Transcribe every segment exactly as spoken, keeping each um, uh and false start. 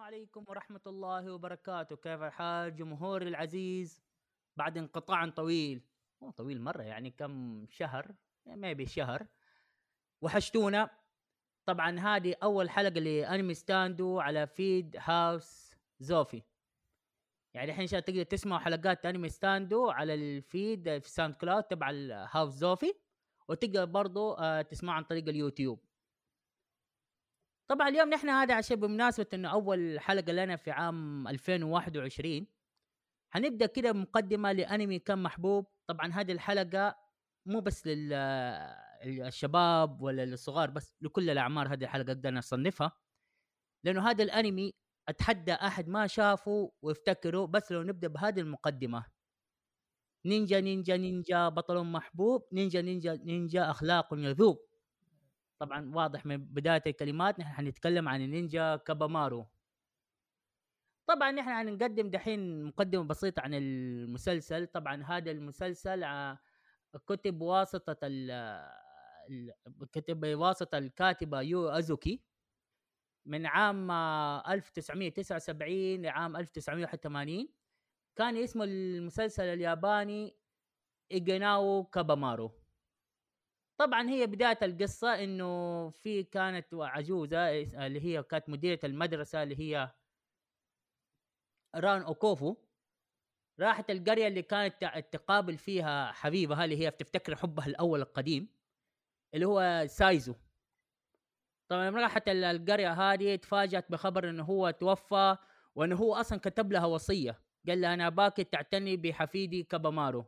عليكم ورحمة الله وبركاته. كيف الحال جمهور العزيز؟ بعد انقطاع طويل، مو طويل مرة، يعني كم شهر، ما يبي شهر. وحشتونا. طبعا هذه أول حلقة لأنمي ستاندو على فيد هاوس زوفي. يعني الحين شاء تقدر تسمعوا حلقات أنمي ستاندو على الفيد في ساوند كلاود تبع الهاوس زوفي، وتقدر برضو آه، تسمعوا عن طريق اليوتيوب. طبعا اليوم نحن هذا عشان بمناسبة انه اول حلقة لنا في عام ألفين وواحد وعشرين، هنبدأ كده مقدمة لأنمي كان محبوب. طبعا هذه الحلقة مو بس للشباب ولا للصغار، بس لكل الأعمار. هذه الحلقة قدرنا نصنفها لأنه هذا الأنمي أتحدى أحد ما شافه ويفتكره بس لو نبدأ بهذه المقدمة: نينجا نينجا نينجا بطل محبوب، نينجا نينجا نينجا أخلاق يذوب. طبعا واضح من بداية الكلمات نحن حنتكلم عن النينجا كابامارو. طبعا نحن هنقدم دحين مقدمة بسيطة عن المسلسل. طبعا هذا المسلسل ع- كتب بواسطة ال ال- كتب بواسطة الكاتبة يو أزوكي من عام آه، ألف وتسعمية وتسعة وسبعين لعام ألف وتسعمية وواحد وثمانين. كان اسم المسلسل الياباني إيجيناو كابامارو. طبعا هي بداية القصة انه في كانت عجوزة اللي هي كانت مديرة المدرسة اللي هي ران اوكوفو، راحت القرية اللي كانت تع- تقابل فيها حبيبها اللي هي تفتكر حبها الأول القديم اللي هو سايزو. طبعا لما راحت ال- القرية هذه تفاجأت بخبر انه هو توفى، وانه هو اصلا كتب لها وصية، قال لها انا باكي تعتني بحفيدي كابامارو.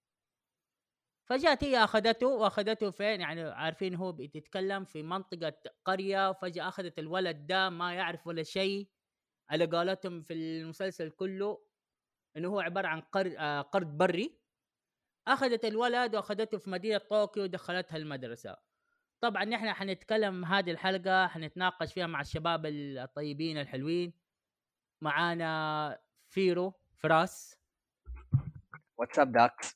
فجأت هي اخذته واخذته فين، يعني عارفين هو بيتكلم في منطقة قرية، فجأة اخذت الولد ده ما يعرف ولا شيء، على قولتهم في المسلسل كله انه هو عبارة عن قرد, آه قرد بري. اخذت الولد واخذته في مدينة طوكيو ودخلتها المدرسة. طبعا نحن حنتكلم هذه الحلقة حنتناقش فيها مع الشباب الطيبين الحلوين. معانا فيرو فراس، واتساب داكس،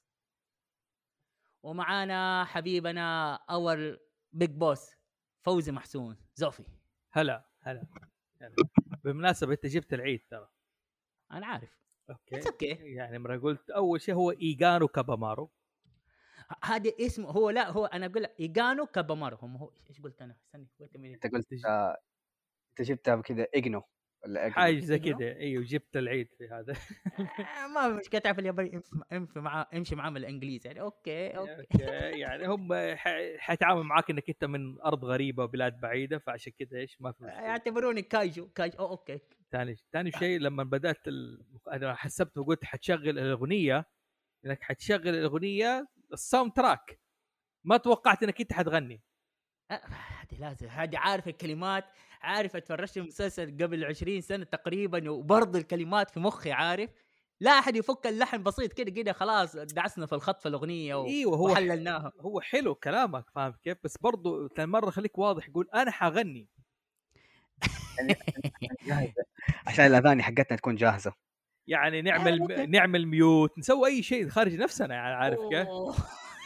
ومعانا حبيبنا اور بيج بوس فوزي محسون زوفي. هلا هلا هلا. بالمناسبة انت جبت العيد ترى. انا عارف. اوكي It's okay. يعني مرة قلت اول شيء هو ايجانو كابامارو. هذا اسمه هو، لا هو انا اقول لك ايجانو كابامارو. هم هو ايش قلت انا؟ استني ويت مينيت. انت قلت تج- آه، انت جبتها بكذا اجنو ولا اجنو؟ حاجة زي إيجانو؟ كده، ايوه جبت العيد في هذا. آه، ما في مشكله، تعرف الياباني امشي امشي مع امشي معاه الانجليزي يعني. اوكي اوكي. اوكي يعني هم ح- حيتعامل معاك انك انت من ارض غريبة وبلاد بعيدة، فعشان كده ايش ما في مشكلة. يعتبروني كايجو كايجو. أو اوكي. ثاني ثاني شيء لما بدأت ال... انا حسبت وقلت حتشغل الاغنية، انك حتشغل الاغنية الساوند تراك، ما توقعت انك انت حتغني. آه، هذه لازم، هذه عارف الكلمات، عارف اتفرجت المسلسل قبل عشرين سنة تقريبا وبرضه الكلمات في مخي عارف. لا احد يفك اللحن بسيط كده كده خلاص دعسنا في الخط في الاغنيه و... ايوه هو وحللناها. هو حلو كلامك، فاهم كيف؟ بس برضو ثاني مره خليك واضح، يقول انا حغني. يعني جاهزة عشان الاغاني حقتنا تكون جاهزه. يعني آه، نعمل ممكن. نعمل ميوت، نسوي اي شيء خارج نفسنا، يعني عارف كيف؟ أوه.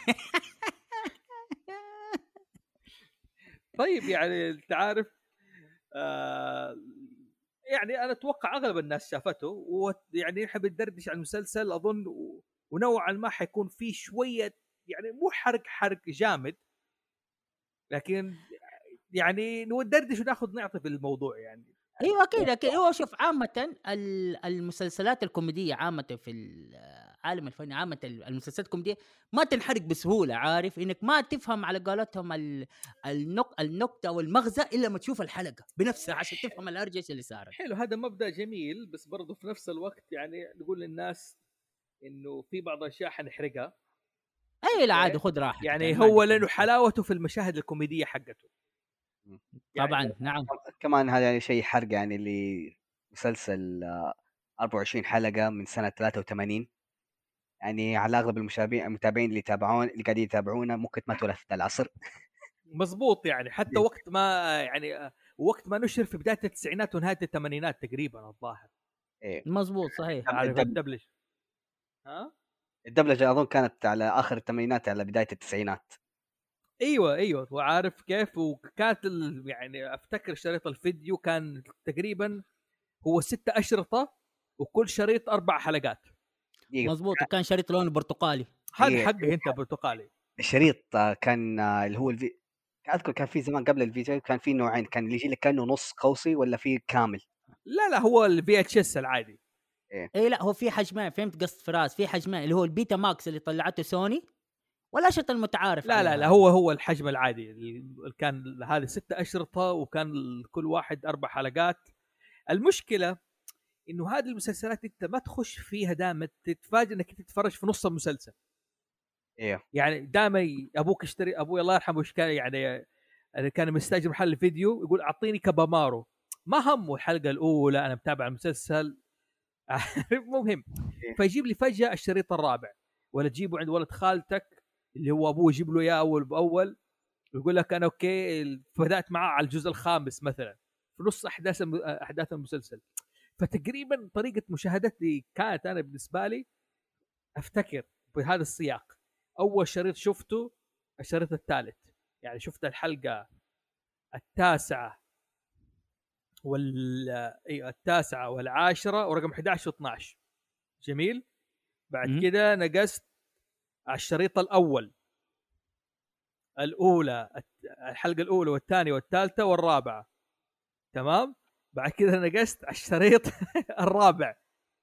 طيب يعني انت عارف، آه يعني انا اتوقع اغلب الناس شافته، ويعني نحب ندردش عن المسلسل اظن، و- ونوعا ما حيكون فيه شويه، يعني مو حرق حرق جامد، لكن يعني ندردش وناخذ نعطي في الموضوع يعني. ايوه كده كده. هو شوف عامة ال- المسلسلات الكوميدية عامة في العالم الفني عامة، المسلسلات الكوميدية ما تنحرق بسهولة، عارف انك ما تفهم على قولتهم ال- النق النكتة والمغزى الا ما تشوف الحلقة بنفسها عشان تفهم الارجس اللي صارت. حلو، هذا مبدأ جميل، بس برضه في نفس الوقت يعني نقول للناس انه في بعض الاشياء حنحرقها. اي لا عادي، اوكي، خذ راحتك يعني يعني ما هو عندك لانه مشكلة. حلاوته في المشاهد الكوميديه حقته. يعني طبعا نعم. كمان هذا يعني شيء حرق يعني لمسلسل آه، أربعة وعشرين حلقه من سنه ثلاثة وثمانين. يعني على اغلب المشابين المتابعين اللي يتابعون اللي قاعدين يتابعونا ممكن ما تولدت العصر. مزبوط، يعني حتى وقت ما يعني وقت ما نشر في بدايه التسعينات ونهايه الثمانينات تقريبا الظاهر. إيه. مظبوط صحيح. عارف الدب- الدبلج؟ ها الدبلجه اظن كانت على اخر الثمانينات على بدايه التسعينات. ايوه ايوه، وعارف كيف، وكانت ال... يعني افتكر شريط الفيديو كان تقريبا هو ستة أشرطة وكل شريط أربع حلقات. مظبوط. وكان شريط لونه برتقالي. هذا حقه انت برتقالي. الشريط كان اللي هو الفي... اذكر كان في زمان قبل الفيديو كان في نوعين، كان اللي يجي لك كانه نص قوسي ولا في كامل. لا لا هو الفي اتش اس العادي. ايه اي لا هو في حجمين، فهمت قصد فراس، في حجمين اللي هو البيتا ماكس اللي طلعته سوني ولا شط المتعارف. لا لا لا هو هو الحجم العادي اللي كان هذه ستة أشرطة وكان كل واحد أربع حلقات. المشكلة إنه هذه المسلسلات أنت ما تخش فيها دائما، تتفاجئ إنك تتفرج في نص المسلسل. ايه يعني دائما أبوك اشتري، أبوي الله يرحمه وش كان يعني كان مستأجر محل فيديو يقول أعطيني كابامارو، ما همه الحلقة الأولى أنا متابع المسلسل مهم. فيجيب لي فجأة الشريط الرابع، ولا تجيبه عند ولد خالتك اللي هو أبوه يجيب له إياه أول بأول ويقول لك أنا أوكي بدأت معاه على الجزء الخامس مثلا في نص أحداث أحداث المسلسل. فتقريبا طريقة مشاهدتي كانت أنا بالنسبة لي أفتكر بهذا السياق. أول شريط شفته الشريط الثالث، يعني شفت الحلقة التاسعة وال ايوه التاسعة والعاشرة ورقم إحدى عشر واثني عشر. جميل. بعد كده نقصت على الشريط الأول، الأولى الحلقة الأولى والثانية والثالثة والرابعة. تمام. بعد كده نقصت على الشريط الرابع.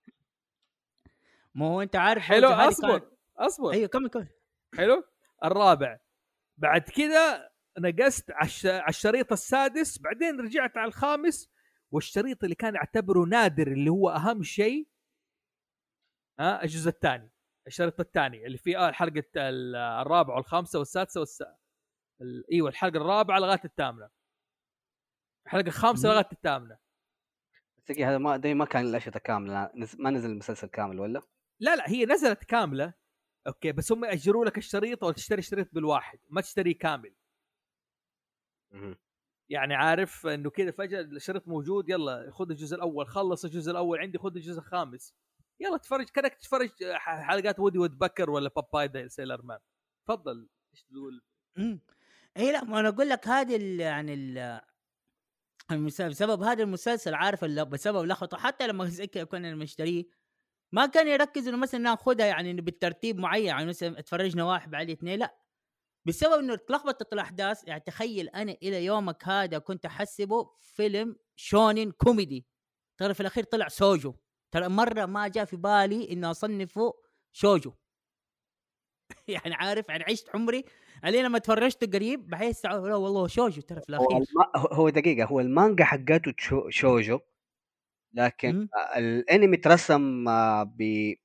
ما هو انت عارف حلو. اصبر كانت... اصبر ايوه كمل كمل. حلو. الرابع. بعد كده نقصت على الشريط السادس، بعدين رجعت على الخامس، والشريط اللي كان اعتبره نادر اللي هو اهم شيء ها الجزء الثاني، الشريط الثاني اللي فيه الحلقه الرابعه والخامسه والسادسه والس... ايوه الحلقه الرابعه لغايه الثامنه، الحلقه الخامسه لغايه الثامنه. بس هذا ما دي ما كان الاشرطه كامله، ما نزل المسلسل كامل ولا لا لا هي نزلت كامله اوكي، بس هم ياجروا لك الشريط او تشتري شريط بالواحد ما تشتري كامل. م- يعني عارف انه كذا فجاه الشريط موجود، يلا خذ الجزء الاول، خلص الجزء الاول عندي، خذ الجزء الخامس، يلا تفرج كانك تتفرج حلقات وودي وود بكر ولا باباي ذا سيلر مان. تفضل ايش تقول. امم اي لا ما انا اقول لك هذه يعني المسلسل بسبب هذا المسلسل عارف اللي بسبب لخبطه، حتى لما كنا مشتريه ما كان يركز انه مثلا ناخذها يعني انه بالترتيب معين، يعني مثلا اتفرجنا واحد بعد اثنين، لا بسبب انه اتلخبطت الاحداث. يعني تخيل انا الى يومك هذا كنت احسبه فيلم شونين كوميدي، ترى في الاخير طلع سوجو. ترى مره ما جاء في بالي انه اصنفه شوجو يعني عارف يعني عشت عمري علي لما تفرجته قريب بحيث لا والله شوجو ترى في الاخير. هو, الم... هو دقيقه هو المانجا حقته شو... شوجو، لكن م- الانمي ترسم ب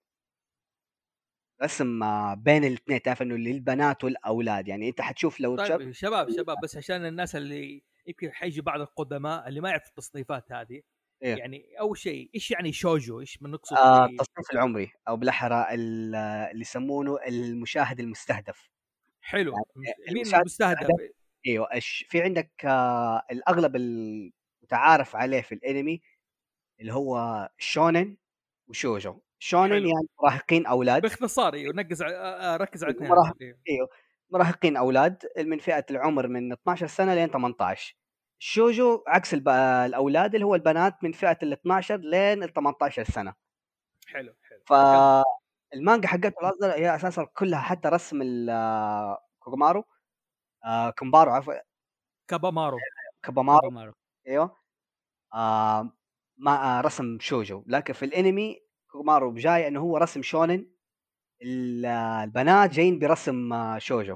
رسم بين الاثنين، تعرف انه للبنات والاولاد، يعني انت حتشوف لو طيب شب... شباب شباب بس عشان الناس اللي يمكن حيجي بعض القدماء اللي ما يعرف التصنيفات هذه. إيه؟ يعني اول شيء ايش يعني شوجو؟ ايش من نقصد آه التصنيف العمري او بالاحرى اللي يسمونه المشاهد المستهدف. حلو. يعني مين المستهدف؟ ايوه ايش في عندك آه الاغلب المتعارف عليه في الانمي اللي هو شونن وشوجو. شونن حلو. يعني مراهقين اولاد باختصار. ايوه نركز على ركز على الاثنين. مراهق... ايوه مراهقين اولاد من فئه العمر من اثني عشر سنه لين ثمانية عشر. الشوجو عكس الب... الاولاد اللي هو البنات من فئه ال اثني عشر لين ال ثمانية عشر سنه. حلو حلو. فالمانجا حقته الاصدر هي اساسا كلها حتى رسم الكوغمارو آه كومبارو عفوا كابامارو كابامارو, كابامارو. ايوه آه ما آه رسم شوجو، لكن في الانمي كوغمارو بجاي انه هو رسم شونن، البنات جايين برسم شوجو.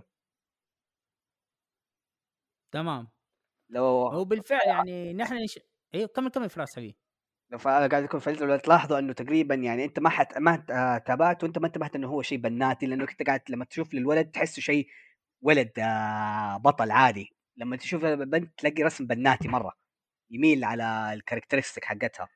تمام. لو هو بالفعل يعني نحن نش... ايوه كمل كمل فراس حبيبي. لو قاعد يكون فلتر، لو تلاحظوا انه تقريبا يعني انت ما حت ما تابعت وانت ما انتبهت انه هو شيء بناتي، لانه انت قاعد لما تشوف للولد تحسه شيء ولد بطل عادي، لما تشوف البنت تلاقي رسم بناتي مره يميل على الكاركترستيك حقتها.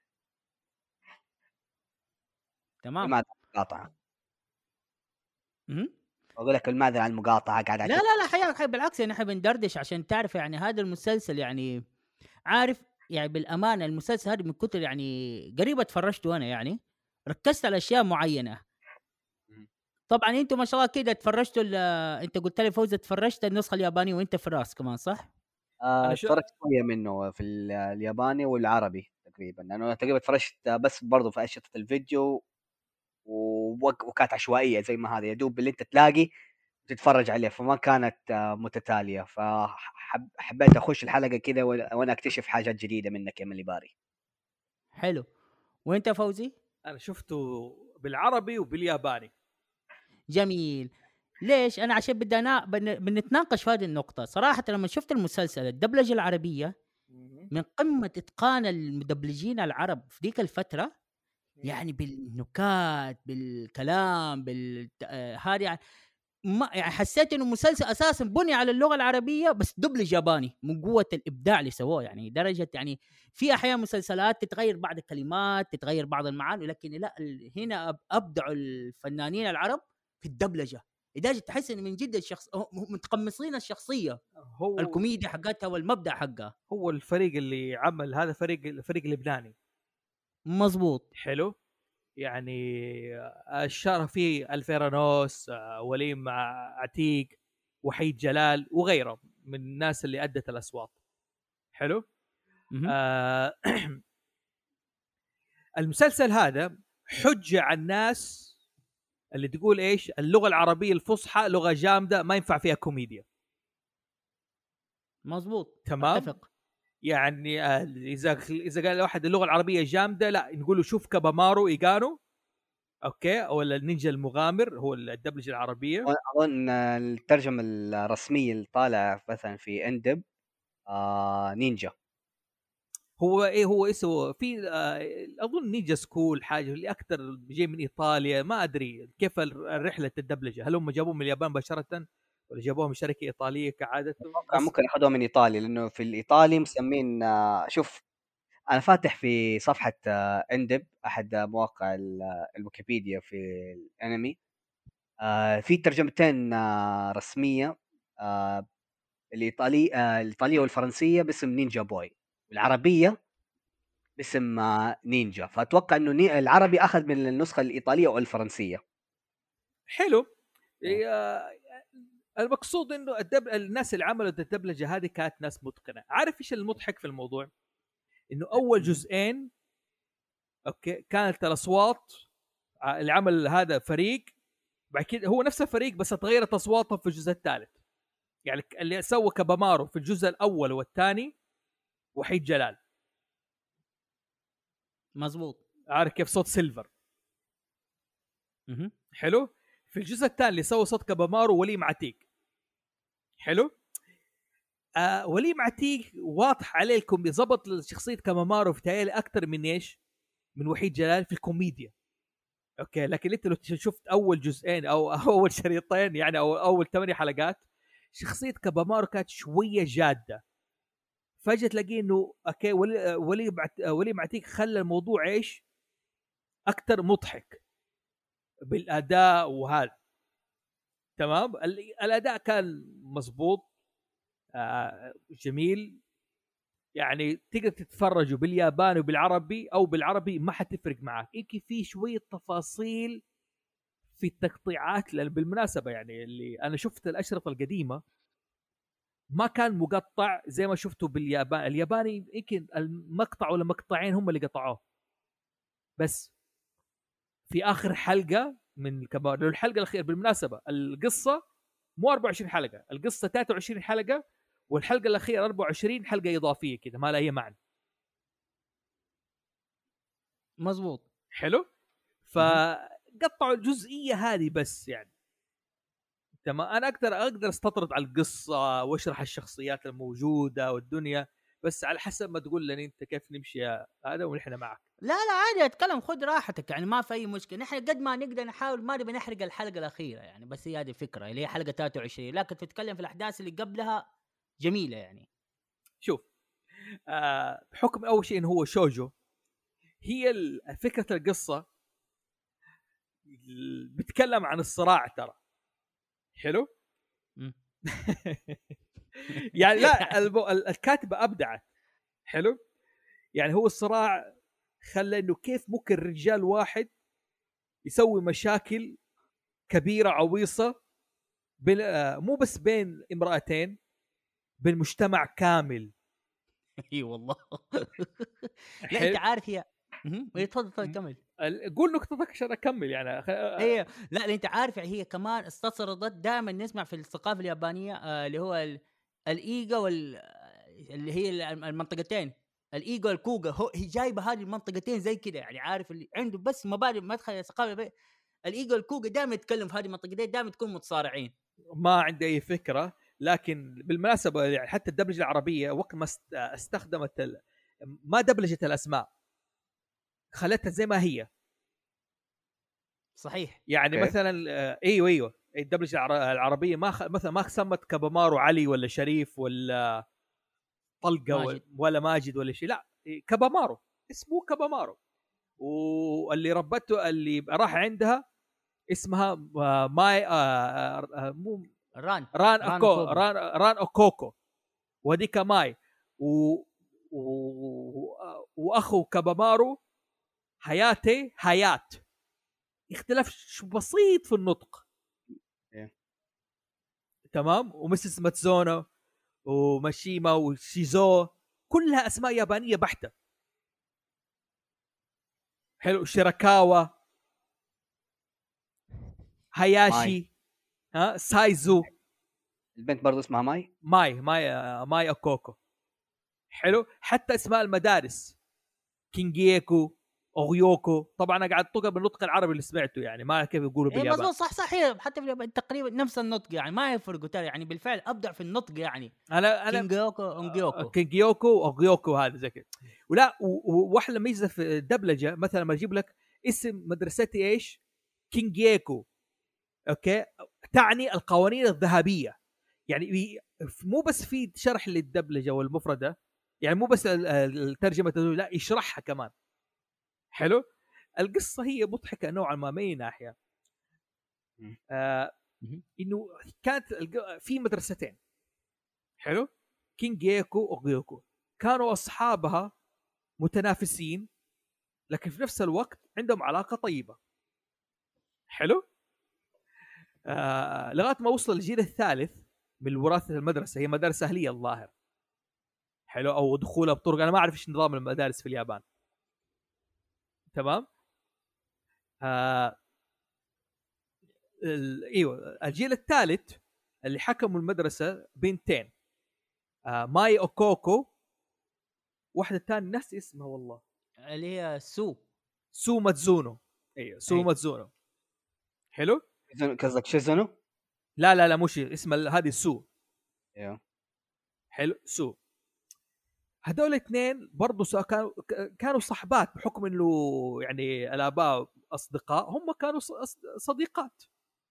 تمام. ما مقاطعه امم اقول لك المعذره عن المقاطعه قاعد لا لا لا حياك حي بالعكس نحن بندردش عشان تعرف يعني هذا المسلسل يعني عارف يعني بالامانه المسلسل هذا من كتر يعني قريب اتفرجته انا يعني ركزت على اشياء معينه. طبعا انتم ما شاء الله كده تفرجتوا انت قلت لي فوزة تفرجت النسخه اليابانيه وانت فراس كمان صح؟ آه اتفرجت شويه منه في الياباني والعربي تقريبا، لانه انا تقريبا اتفرجت بس برضو في اشرطه الفيديو ووق- وكانت عشوائيه زي ما هذا، يا دوب اللي انت تلاقي تتفرج عليه، فما كانت آه، متتاليه. فحبيت اخش الحلقه كذا وأنا وأنا اكتشف حاجات جديده منك يا ملي باري. حلو. وانت فوزي؟ انا شفته بالعربي وبالياباني. جميل. ليش؟ انا عشان بدنا بن... بنتناقش في هذه النقطه. صراحه لما شفت المسلسل الدبلجه العربيه، من قمه اتقان المدبلجين العرب في ذيك الفتره، يعني بالنكات بالكلام بال آه، هذه يعني ما يعني حسيت انه مسلسل اساسا بني على اللغه العربيه بس دبلج ياباني من قوه الابداع اللي سووه. يعني درجه يعني في احيانا مسلسلات تتغير بعض الكلمات، تتغير بعض المعاني، لكن لا ال- هنا أب- ابدعوا الفنانين العرب في الدبلجه لدرجه تحس ان من جد الشخص هم متقمصين الشخصيه، هو الكوميديا حقتها والمبدا حقها. هو الفريق اللي عمل هذا فريق الفريق اللبناني. مظبوط. حلو. يعني الشارع فيه الفيرانوس، آه، وليم عتيق، وحيد جلال وغيره من الناس اللي أدت الأصوات. حلو. مهم. آه المسلسل هذا حجة على الناس اللي تقول ايش اللغة العربية الفصحى لغة جامدة ما ينفع فيها كوميديا. مظبوط. تمام. اتفق. يعني آه، اذا اذا قال واحد اللغة العربية جامدة، لا نقول له شوف كابامارو ايغانو، اوكي، او النينجا المغامر هو الدبلجة العربية. اظن الترجمه الرسميه اللي طالعه مثلا في اندب آه نينجا. هو ايه هو اسمه في آه اظن نينجا سكول حاجه اللي اكثر جاي من ايطاليا. ما ادري كيف الرحله الدبلجه، هل هم جابوه من اليابان مباشره ولا جابوه من شركه ايطاليه كعادتهم؟ اتوقع بس ممكن اخذوها من ايطاليا، لانه في الايطالي مسمين آه شوف، انا فاتح في صفحه آه اندب، احد مواقع ال- الويكيبيديا في الانمي. آه في ترجمتين آه رسميه، آه الايطالي آه الايطاليه والفرنسيه باسم نينجا بوي، والعربيه باسم آه نينجا. فاتوقع انه ني... العربي اخذ من النسخه الايطاليه او الفرنسيه. حلو. إيه. إيه، المقصود انه الدب... الناس اللي عملوا الدبلجه هذه كانت ناس متقنه. عارف ايش المضحك في الموضوع؟ انه اول جزئين اوكي كانت الاصوات اللي عمل هذا فريق، بعد كده هو نفس الفريق بس تغيرت اصواتهم في الجزء الثالث. يعني اللي سوى كابامارو في الجزء الاول والثاني وحيد جلال. مظبوط. عارف كيف صوت سيلفر؟ مهم. حلو. في الجزء الثاني اللي سوى صوت كابامارو وليم عتيق. حلو. آه وليم عتيق واضح عليكم يضبط شخصيه كابامارو في تايل اكثر من ايش؟ من وحيد جلال في الكوميديا. اوكي، لكن انت لو شفت اول جزئين او اول شريطين يعني او اول ثمانية حلقات، شخصيه كابامارو كانت شويه جاده. فجاه تلاقيه انه اوكي ولي ولي ولي معتيك خلى الموضوع ايش اكثر مضحك بالاداء وهذا. تمام. الاداء كان مزبوط، آه جميل. يعني تقدر تتفرجوا بالياباني وبالعربي او بالعربي ما حتفرق معك. يمكن في شويه تفاصيل في التقطيعات، لان بالمناسبه يعني اللي انا شفت الاشرطه القديمه ما كان مقطع زي ما شفته باليابان. الياباني يمكن المقطع ولا مقطعين هم اللي قطعوه بس في اخر حلقه من كمان. الحلقه الاخيره بالمناسبه القصه مو أربعة وعشرين حلقه، القصه ثلاثة وعشرين حلقه، والحلقه الاخيره أربعة وعشرين حلقه اضافيه كذا ما لها اي معنى. مظبوط. حلو. فقطعوا الجزئيه هذه بس يعني. تمام. انا اقدر اقدر استطرد على القصه واشرح الشخصيات الموجوده والدنيا، بس على حسب ما تقول لنا انت كيف نمشي هذا ونحن معك. لا لا عادي اتكلم، خذ راحتك يعني ما في اي مشكله. نحن قد ما نقدر نحاول ما نبي نحرق الحلقه الاخيره يعني، بس هي هذه الفكره اللي هي حلقه ثلاثة وعشرين، لكن تتكلم في الاحداث اللي قبلها جميله يعني. شوف، آه بحكم اول شيء انه هو شوجو، هي فكره القصه بتكلم عن الصراع ترى. حلو. يعني لا الكاتبه ابدعت. حلو. يعني هو الصراع خلى انه كيف ممكن رجال واحد يسوي مشاكل كبيره عويصه بين آه مو بس بين امرأتين، بين مجتمع كامل. اي والله. لا حلو. انت عارف هي مهم. إيه، تفضل تفضل م- كمل. ال- قول نقطتك عشان اكمل يعني. خ- ايه لا انت عارف هي كمان استطردت دائما نسمع في الثقافه اليابانيه آه اللي هو ال- الايجا وال اللي هي ال- المنطقتين الايجا والكوغا، هو هي جايبه هذه المنطقتين زي كده يعني، عارف اللي عنده بس مبادئ مدخل الثقافه اليابانية. الايجا والكوغا دائما يتكلم في هذه المنطقتين، دائما تكون متصارعين. ما عندي اي فكره، لكن بالمناسبه يعني حتى الدبلجه العربيه وقت ما است- استخدمت ال... ما دبلجت الاسماء، خلتها زي ما هي. صحيح. يعني أوكي. مثلا آه، ايوه ايوه الدبلجه العر- العربيه ما خ... مثلا ما سمت كابامارو علي ولا شريف ولا طلقه ماجد. ولا ماجد ولا شيء، لا كابامارو اسمه كابامارو. واللي ربته اللي راح عندها اسمها آه، ماي آه، آه، آه، مو ران ران ران أكو وكوغو. ران ران اوكوكو، وديك ماي و... و... واخو كابامارو حياتي حيات، اختلاف ش- بسيط في النطق. إيه. تمام. ومسز ماتسونو وماشيما وشيزو كلها اسماء يابانيه بحته. حلو. شيراكاوا، هاياشي، ماي. ها سايزو، البنت برضو اسمها ماي. ماي ماي آه، ماي اوكوكو. حلو. حتى اسماء المدارس كينجيكو، اوغيوكو، طبعا انا قاعد اطقها بالنطق العربي اللي سمعته يعني، ما كيف يقولوا ايه باليابان. مظبوط صح صح، هي حتى في اليابان تقريبا نفس النطق يعني، ما يفرقوا ترى يعني، بالفعل ابدع في النطق يعني. انا انا كينجيوكو اونجيوكو. كينجيوكو واوغيوكو هذا زي كده. ولا و- و- واحلى ميزه في الدبلجه مثلا لما اجيب لك اسم مدرستي ايش كينجيكو، اوكي، تعني القوانين الذهبيه. يعني بي- مو بس في شرح للدبلجه والمفرده، يعني مو بس ال- ال- الترجمه، لا يشرحها كمان. حلو. القصه هي مضحكه نوعا ما من أي ناحيه. مم. آه مهم. انه كانت الق- في مدرستين. حلو. كينجيكو واوغيوكو كانوا اصحابها متنافسين، لكن في نفس الوقت عندهم علاقه طيبه. حلو. آه لغايه ما وصل الجيل الثالث من وراثه المدرسه، هي مدارس اهليه الظاهر. حلو. او دخولها بطرق، انا ما اعرف ايش نظام المدارس في اليابان. تمام. آه ال... ايوه الجيل الثالث اللي حكموا المدرسه بنتين، آه ماي اوكوكو، واحده ثانيه نفس اسمها والله، اللي هي سو. سو ماتزونو. ايوه سو أي. ماتزونو. حلو. شيزونو- قصدك شيزونو؟ لا لا لا مش اسم ال- هذه سو. ايوه. حلو. سو. هذول الاثنين برضه سا- كانوا ك- كانوا صحبات بحكم انه يعني الاباء اصدقاء، هم كانوا ص- أص- صديقات.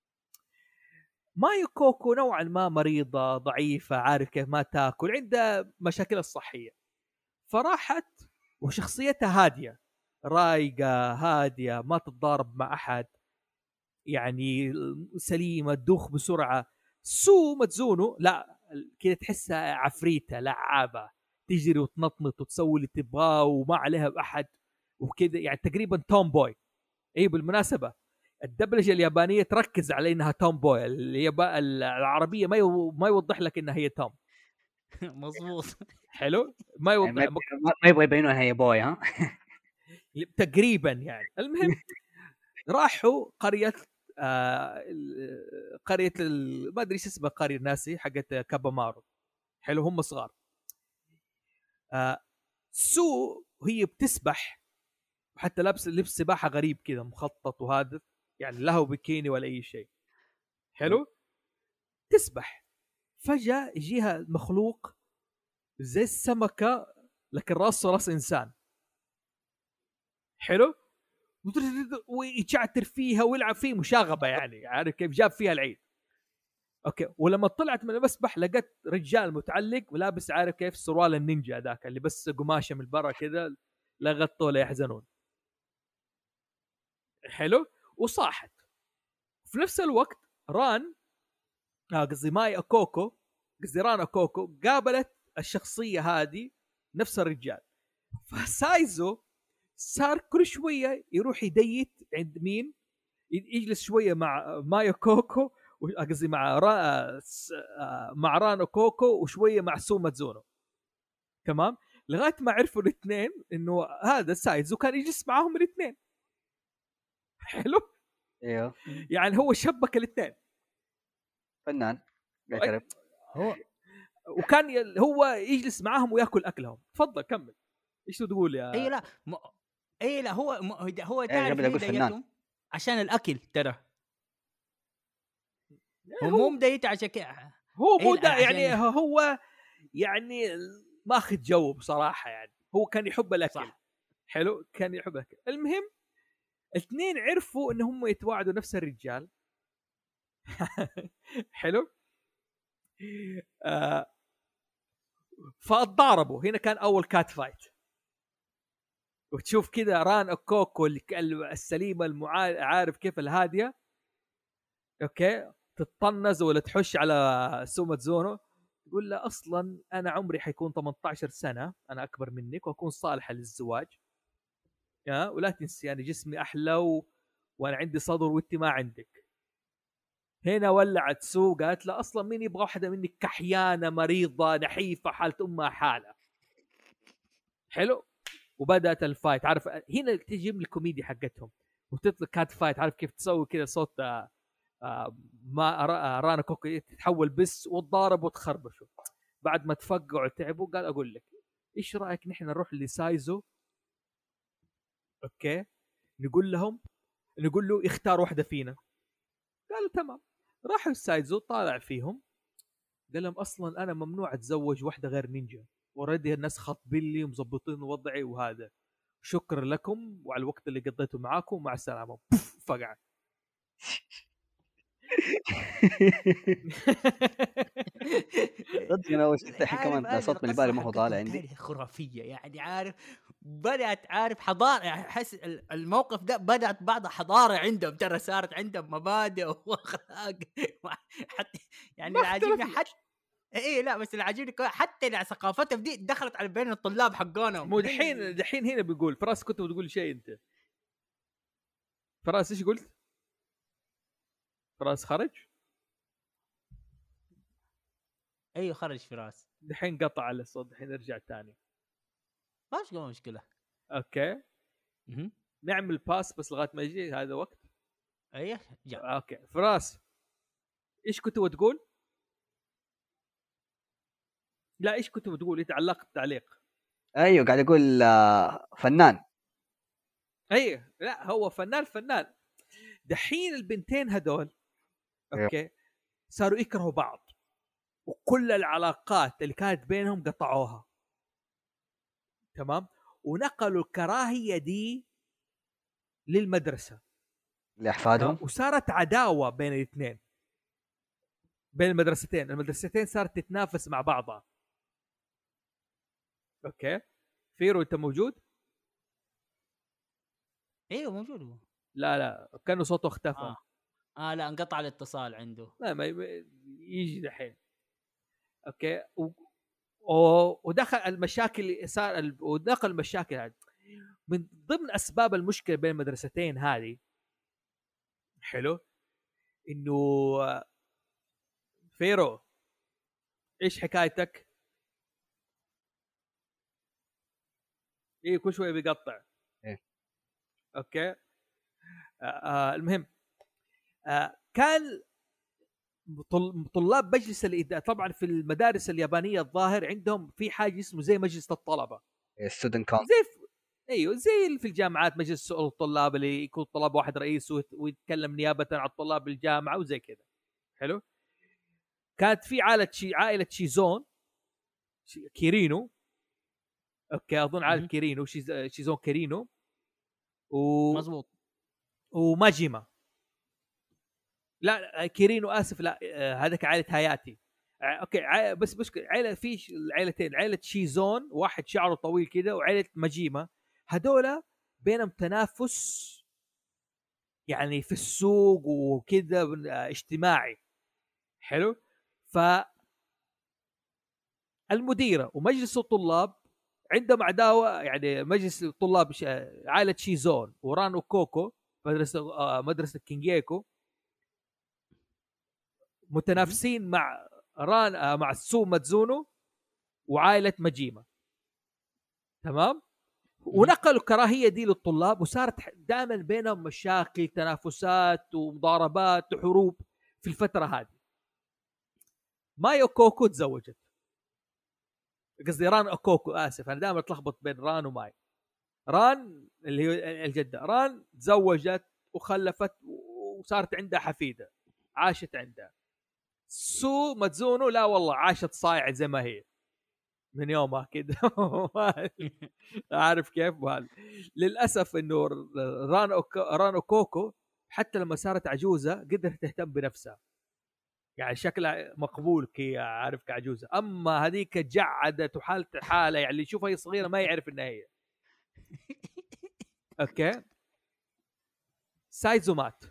مايو كوكو نوعا ما مريضه ضعيفه، عارف كيف، ما تاكل، عندها مشاكل الصحيه، فراحت وشخصيتها هاديه رايقه هاديه، ما تتضارب مع احد، يعني سليمه، تدوخ بسرعه. سو متزونو لا، كذا تحسها عفريته لعابه، تجري وتنطنط وتسوي اللي تبغاه وما عليها باحد وكذا، يعني تقريبا توم بوي. اي بالمناسبه الدبلجه اليابانيه تركز على انها توم بوي، اليابا العربيه ما يو... ما يوضح لك انها هي توم. مظبوط. حلو. ما يعني يوضح ما يبغى- ما يبغى يبينوا انها هي بوي. ها. تقريبا يعني. المهم راحوا قريه آه ال- قريه ال- ما ادري ايش اسمها، قريه ناسي حقت كابامارو. حلو. هم صغار. آه سو هي بتسبح، وحتى لابس لبس سباحه غريب كذا مخطط وهذا، يعني لا هو بكيني ولا اي شيء. حلو. تسبح، فجاه يجيها مخلوق زي السمكه لكن راسه راس انسان. حلو. ويتشعتر فيها ويلعب فيه مشاغبه، يعني عارف كيف، جاب فيها العيد. اوكي. ولما طلعت من المسبح لقيت رجال متعلق ولابس عارف كيف سروال النينجا ذاك اللي بس قماشه من برا كذا، لا غطوا ولا يحزنون. حلو. وصاحت في نفس الوقت ران، آه قصدي ماي اوكوكو، قصدي ران اوكوكو، قابلت الشخصيه هذه نفس الرجال. فسايزو صار كل شويه يروح يديت عند مين، يجلس شويه مع مايو كوكو، قصدي مع را... مع رانو كوكو، وشويه مع سوما زونو. تمام. لغايه ما عرفوا الاثنين انه هذا سايزو كان يجلس معاهم الاثنين. حلو. ايوه يعني هو شبك الاثنين، فنان يعترف. هو وكان ي... هو يجلس معاهم وياكل اكلهم. تفضل كمل، ايش تقول يا اي لا م... اي لا هو م... هو إيه تعرف قبل ليه أقول فنان. ديتهم؟ عشان الاكل ترى. هو هو مو مديت عشان كده. هو مو إيه دا عشان- يعني هو يعني ماخذ جو بصراحه. يعني هو كان يحب الاكل. صح. حلو، كان يحب الاكل. المهم اثنين عرفوا ان هم يتواعدوا نفس الرجال. حلو. آه فاتضاربوا. هنا كان اول كات فايت. وتشوف كذا ران اوكوكو السليمه المعا... عارف كيف الهاديه، اوكي، تتطنز ولا تحش على سوماتزونو، تقول له اصلا انا عمري حيكون ثمانية عشر سنه، انا اكبر منك واكون صالحه للزواج، يا ولا تنسي انا جسمي احلى و... وانا عندي صدر وانت ما عندك. هنا ولعت سو، قالت له اصلا مين يبغى واحده منك كحيانه مريضه نحيفه حاله امها حاله. حلو. وبدات الفايت. عارف هنا تجيب الكوميديا حقتهم وتطلع كات فايت. عارف كيف تسوي كذا صوت آه آه ما آه رانا كوكي تتحول بس وتضارب وتخربشوا. بعد ما تفقعوا تعبوا قال اقول لك ايش رايك نحن نروح لسايزو، اوكي، نقول لهم نقول له اختار واحده فينا. قالوا تمام. راحوا السايزو طالع فيهم قال لهم اصلا انا ممنوع اتزوج واحده غير نينجا، اوريدي الناس خاطبين لي ومظبطين وضعي وهذا، شكرا لكم وعلى الوقت اللي قضيته معاكم، مع السلامه. فقع. صدق انا وصلت الحين كمان صوت من الباري ما هو طالع عندي. خرافيه يعني. عارف بدات عارف حضاره، احس الموقف ده بدات بعض حضاره عندهم ترى، صارت عندهم مبادئ واخلاق حتى يعني اللي عاجبني حتى ايه لا بس اللي عاجبني حتى ثقافتهم دي دخلت على بين الطلاب حقونهم. مو دحين دحين هنا بيقول فراس كنت بتقول شيء انت. فراس ايش قلت؟ فراس خرج؟ ايوه خرج فراس. دحين قطع على الصوت، دحين رجع تاني. ماش قوي مشكله. اوكي اها نعمل باس بس لغايه ما يجي هذا وقت. ايوه جاء. اوكي فراس ايش كنت بتقول؟ لا ايش كنت بتقول؟ انت علقت تعليق. ايوه قاعد اقول آه فنان. ايوه لا هو فنان فنان. دحين البنتين هذول اوكي صاروا يكرهوا بعض، وكل العلاقات اللي كانت بينهم قطعوها. تمام. ونقلوا الكراهيه دي للمدرسه لاحفادهم. وصارت عداوه بين الاثنين، بين المدرستين. المدرستين صارت تتنافس مع بعضها. اوكي فيرو انت موجود؟ ايوه موجود هو. لا لا كانه صوته اختفى. اه اه لا انقطع الاتصال عنده. لا ما يجي دحين. اوكي و... و... ودخل المشاكل صار ال... ودخل المشاكل هذه من ضمن اسباب المشكله بين المدرستين هذه. حلو. انه فيرو ايش حكايتك؟ ايه كل شويه بيقطع. إيه؟ اوكي آه آه المهم آه كان طلاب مجلس الإدارة. طبعا في المدارس اليابانيه الظاهر عندهم في حاجه اسمه زي مجلس الطلبه، ستودنت كونسل. زي في... ايوه زي في الجامعات مجلس الطلاب اللي يكون طلاب واحد رئيس ويتكلم نيابه عن طلاب الجامعه وزي كذا. حلو. كانت في عائله شي... عائله شيزون شي... كيرينو. اوكي اظن عائله كيرينو شيز... شيزون كيرينو و... مزبوط. وماجيما. لا كيرينو اسف لا هذاك عائله هاياتي. اوكي ع... بس بس عائله في عائلتين، عائله شيزون واحد شعره طويل كده وعائله ماجيما. هذولا بينهم تنافس يعني في السوق وكذا اجتماعي. حلو. ف المديره ومجلس الطلاب عندهم عداوه. يعني مجلس الطلاب عائله شيزون ورانو كوكو مدرسه مدرسه كينجيكو متنافسين مع ران مع سو ماتزونو وعائله ماجيما. تمام. ونقلوا الكراهيه دي للطلاب، وصارت دائما بينهم مشاكل، تنافسات ومضاربات وحروب في الفتره هذه. ماي اوكوكو تزوجت، قصدي ران اوكوكو، اسف انا دائما اتلخبط بين ران وماي. ران اللي هي الجده، ران تزوجت وخلفت وصارت عندها حفيده عاشت عندها. سو ماتزونو لا والله عاشت صايعه زي ما هي من يومها كده. عارف كيف؟ وهذا للاسف انه ران أوكو ران اوكوكو حتى لما صارت عجوزه قدرت تهتم بنفسها، يعني شكلها مقبول كي عارف كعجوزه. اما هذيك جعدت وحالت حاله، يعني اللي يشوفها هي صغيره ما يعرف انها هي. اوكي. سايزو مات،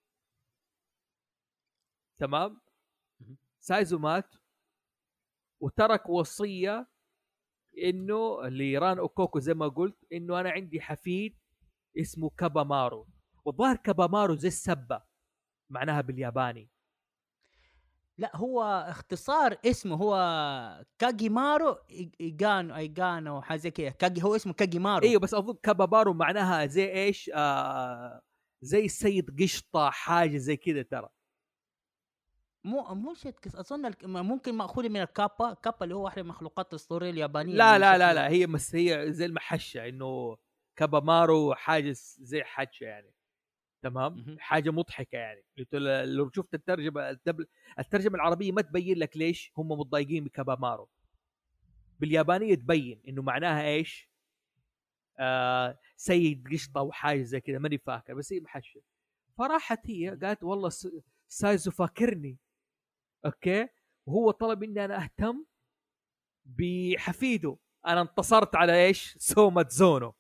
تمام. سايزو مات وترك وصيه انه اللي ران اوكوكو زي ما قلت انه انا عندي حفيد اسمه كابامارو. والظاهر كابامارو زي السبه معناها بالياباني. لا هو اختصار اسمه هو كاجيمارو ايغانو ايغانو حاجه زي كده. كاجي هو اسمه كاجيمارو. ايوه بس اظن كابامارو معناها زي ايش، آه زي السيد قشطه حاجه زي كده ترى. مو مو شيء اظن ممكن ماخوذ من الكابا. كابا اللي هو واحد من المخلوقات الاسطوريه اليابانيه. لا لا لا لا هي بس هي زي المحشه، انه كابامارو حاجه زي حشه يعني، تمام. حاجه مضحكه يعني. لو شفت الترجمه الترجمه العربيه ما تبين لك ليش هم متضايقين بكابامارو. باليابانيه تبين انه معناها ايش، آه سيد قشطه وحاجه زي كذا ماني فاكر، بس هي محشه. فراحت هي قالت والله سايزو فاكرني، اوكي، وهو طلب مني انا اهتم بحفيده. انا انتصرت على ايش، سوما زونو.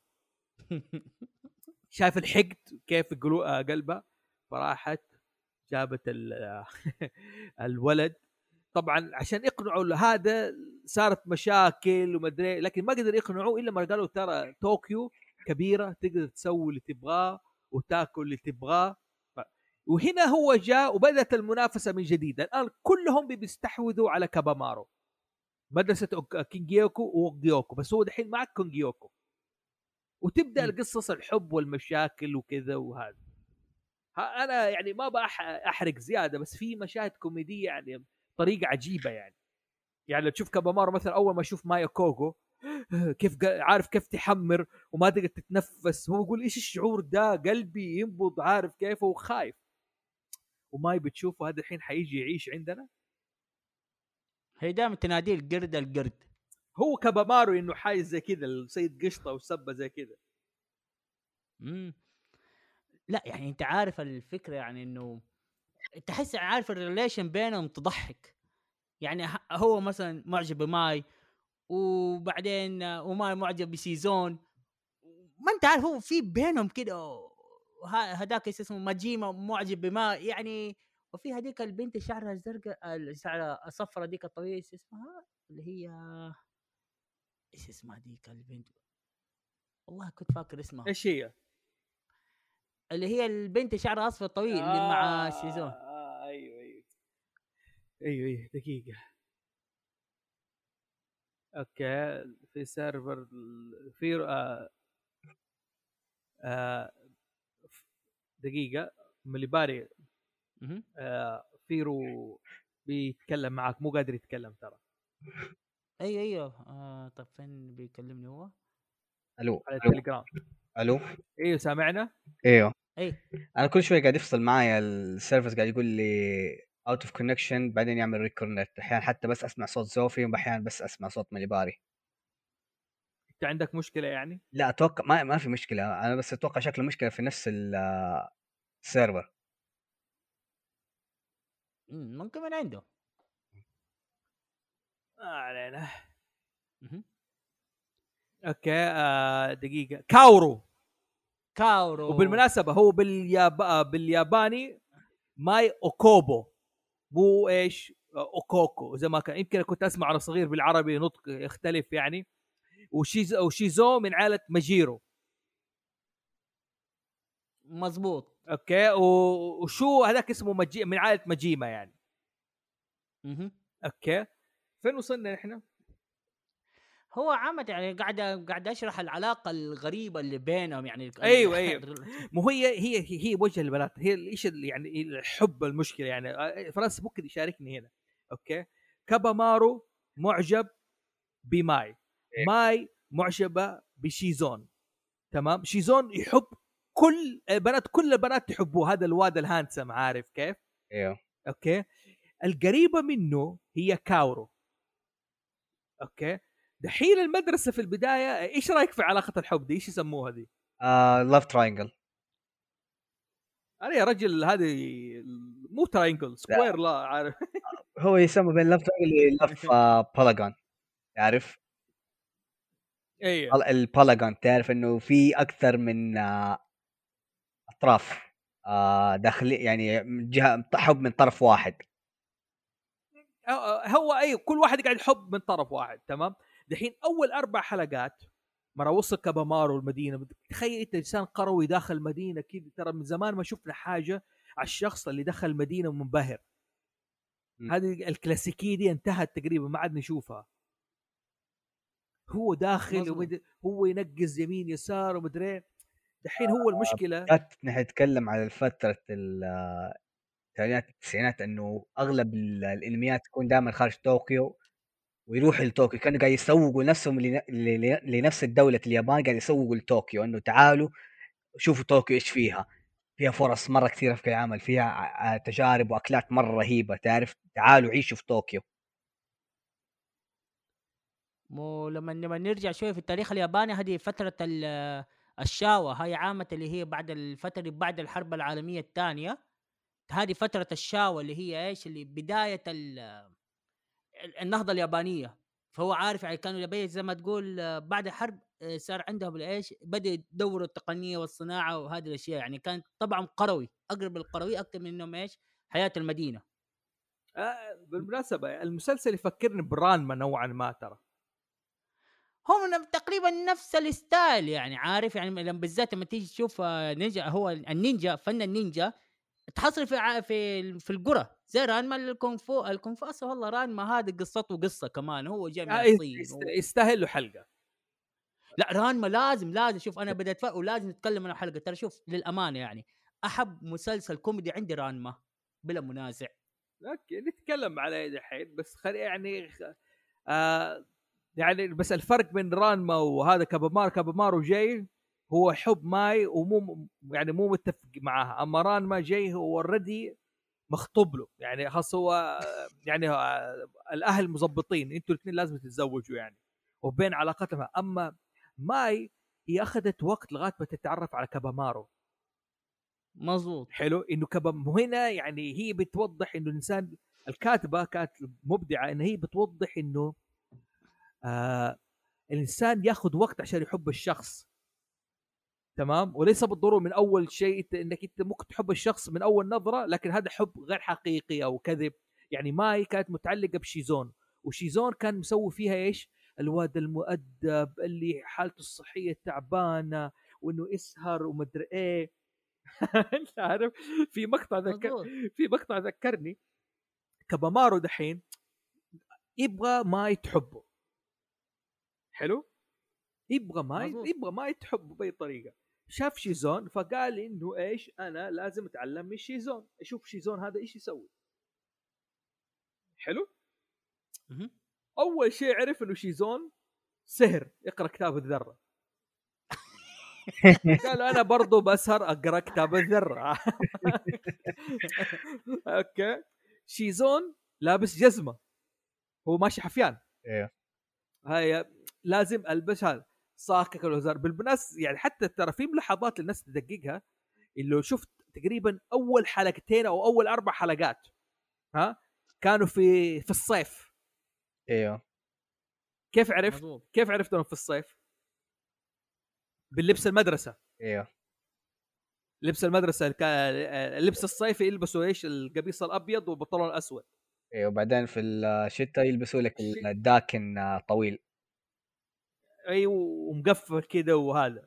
شايف الحقد كيف قلبها. فراحت جابت الولد. طبعا عشان يقنعوا هذا صارت مشاكل ومدري، لكن ما قدر يقنعوه الا ما قالوا ترى طوكيو كبيره تقدر تسوي اللي تبغاه وتاكل اللي تبغاه. وهنا هو جاء وبدات المنافسه من جديد. الان كلهم بيستحوذوا على كابامارو، مدرسه كينجيوكو وغيوكو، بس هو دحين معك كونجيوكو، وتبدا القصص الحب والمشاكل وكذا. وهذا انا يعني ما بحرق زياده، بس في مشاهد كوميديه يعني طريقه عجيبه يعني. يعني لو تشوف كابامارو مثلا اول ما اشوف مايا كوغو كيف عارف كيف تحمر وما تقدر تتنفس، هو يقول ايش الشعور ده، قلبي ينبض، عارف كيف، وخايف. وماي بتشوفه هذا الحين حيجي يعيش عندنا. هي دائما تناديه القرد القرد. هو كابامارو انه حاجه زي كذا، السيد قشطه وسبه زي كذا. امم لا يعني انت عارف الفكره، يعني انه تحس عارف الريليشن بينهم تضحك. يعني هو مثلا معجب بماي، وبعدين وماي معجب بسيزون، ما انت عارف هو في بينهم كده. هذاك اسمه ماجيما معجب بماي يعني. وفي هذيك البنت شعرها الزرقاء الشعر الصفراء ديك الطويله اسمها اللي هي ايش اسمها ديك البنت، والله كنت فاكر اسمها. ايش هي اللي هي البنت شعرها اصفر طويل آه اللي مع سيزون. آه ايوه ايوه ايوه ايوه دقيقه. اوكي في سيرفر في آه آه دقيقه مليباري. آه فيرو بيتكلم معك، مو قادر يتكلم ترى. ايوه ايوه آه طب فين بيكلمني هو؟ الو على التليجرام. الو ايوه سامعنا. ايوه اي انا كل شوي قاعد يفصل معايا السيرفس، قاعد يقول لي اوت اوف كونكشن، بعدين يعمل ريكونكت. احيانا حتى بس اسمع صوت زوفي، واحيانا بس اسمع صوت مليباري. انت عندك مشكله يعني؟ لا اتوقع ما ما في مشكله، انا بس اتوقع شكله مشكله في نفس السيرفر. ممكن من عنده. ما علينا. اوكي آه دقيقه. كاورو كاورو. وبالمناسبه هو بالياب... بالياباني ماي اوكوبو، مو ايش اوكوكو زي ما كان. يمكن كنت اسمع على صغير بالعربي نطق يختلف يعني. وشيزو وشيزو من عائله ماجيرو. مزبوط. اوكي وشو هذاك اسمه مجي... من عائله ماجيما يعني. اها اوكي فين وصلنا احنا؟ هو عامة يعني قاعد قاعد اشرح العلاقة الغريبة اللي بينهم يعني ال- ايوه ايوه مو هي هي هي, هي وجه البنات هي ايش يعني الحب المشكله يعني فراس ممكن يشاركني هنا. اوكي كابامارو معجب بماي، ماي معجبه بشيزون، تمام. شيزون يحب كل بنات، كل البنات تحبوه، هذا الواد الهانسم عارف كيف. ايوه اوكي القريبه منه هي كاورو. اوكي دحين المدرسه في البدايه ايش رايك في علاقه الحب دي؟ ايش يسموها دي؟ آه لاف تراينجل. انا يا رجل هذه مو تراينجل سكوير لا عارف. هو يسمى بين لاف تراينجل لاف بالاجون، تعرف ايوه البالاجون، تعرف انه في اكثر من آه، اطراف آه داخلي، يعني من جهه حب من طرف واحد. هو اي كل واحد قاعد يحب من طرف واحد، تمام. دحين اول اربع حلقات مرة وصل كابامارو المدينه، تخيل انت انسان قروي داخل مدينه كذا، ترى من زمان ما شفنا حاجه على الشخص اللي دخل المدينه منبهر. م. هذه الكلاسيكيه دي انتهت تقريبا ما عاد نشوفها. هو داخل مظبوط. ومد... هو ينقز يمين يسار ومدري. دحين هو المشكله بالذات نحن نتكلم على فتره الثمانينات التسعينات، انه اغلب ال- الانميات تكون دائما خارج طوكيو، ويروح لطوكيو كانوا قاعد يسوقوا نفسهم لن- ل- لنفس الدوله اليابان، قاعد يسوقوا لطوكيو انه تعالوا شوفوا طوكيو ايش فيها. فيها فرص مره كثيره في العمل، فيها ع- تجارب واكلات مره رهيبه، تعرف تعالوا عيشوا في طوكيو. مو لما لما نرجع شويه في التاريخ الياباني، هذه فتره ال- الشاوا، هاي عامه اللي هي بعد الفتره بعد الحرب العالميه الثانيه. هذه فتره الشاوا اللي هي ايش، اللي بدايه ال- النهضه اليابانيه. فهو عارف يعني كانوا اليابانيين زي ما تقول آه، بعد الحرب آه، صار عندهم الايش، بدا يدوروا التقنيه والصناعه وهذه الاشياء، يعني كان طبعا قروي، اقرب القروي اكثر من انهم ايش حياه المدينه. آه بالمناسبه المسلسل يفكرني برانما نوعا ما ترى. هم تقريبا نفس الستايل يعني، عارف يعني لما بالذات لما تيجي تشوف آه، نينجا، هو النينجا فن النينجا تحصل في ع- في في القرى زي رانما الكونغ فو. الكونغ فو اصلا والله رانما هذه قصته قصه كمان، هو جاي من آه الصين يست- و... يستاهل له حلقه. لا رانما لازم لازم شوف، انا بدأت ف... ولازم نتكلم عن حلقه ترى. شوف للامانه يعني احب مسلسل كوميدي عندي رانما بلا منازع. اوكي نتكلم عليه دحين بس خلي يعني آه يعني بس الفرق بين رانما وهذا كابامارو، كابامارو جاي هو حب ماي ومو يعني مو متفق معاها، اما رانما جاي هو اوريدي مخطوب له، يعني خاص هو يعني آه، الاهل مظبطين انتوا الاثنين لازم تتزوجوا يعني، وبين علاقتهم. اما ماي هي اخذت وقت لغايه ما تتعرف على كابامارو. مظبوط. حلو انه كبم هنا يعني هي بتوضح انه الانسان، الكاتبه كانت مبدعه ان هي بتوضح انه آه الانسان ياخذ وقت عشان يحب الشخص، تمام. وليس بالضروره من اول شيء انك انت ممكن تحب الشخص من اول نظره، لكن هذا حب غير حقيقي او كذب. يعني ماي كانت متعلقه بشيزون، وشيزون كان مسوي فيها ايش؟ الواد المؤدب اللي حالته الصحيه تعبانه وانه يسهر ومدري ايه. انت عارف في مقطع ذكر مظبوط. في مقطع ذكرني كابامارو دحين يبغى ماي تحبه. حلو يبغى ماي مظبوط. يبغى ماي تحبه باي طريقه. شاف شيزون فقال انه ايش، انا لازم اتعلم من شيزون، اشوف شيزون هذا ايش يسوي. حلو مهم. اول شيء عرف انه شيزون سهر يقرا كتاب الذره. قال انا برضو بسهر اقرا كتاب الذره. اوكي شيزون لابس جزمه، هو ماشي حفيان، ايوه هاي لازم البس هذا صاكك الوزار. بالبناس يعني حتى ترى في ملاحظات الناس تدققها، اللي شفت تقريبا اول حلقتين او اول اربع حلقات ها كانوا في في الصيف. ايوه كيف عرفت مظبوط. كيف عرفت انهم في الصيف؟ باللبس المدرسه، ايوه لبس المدرسه كان اللبس الصيفي يلبسوا ايش، القميص الابيض والبنطلون الاسود. ايوه وبعدين في الشتاء يلبسوا لك الشي- الداكن آه، طويل. ايوه ومقفل كده وهذا.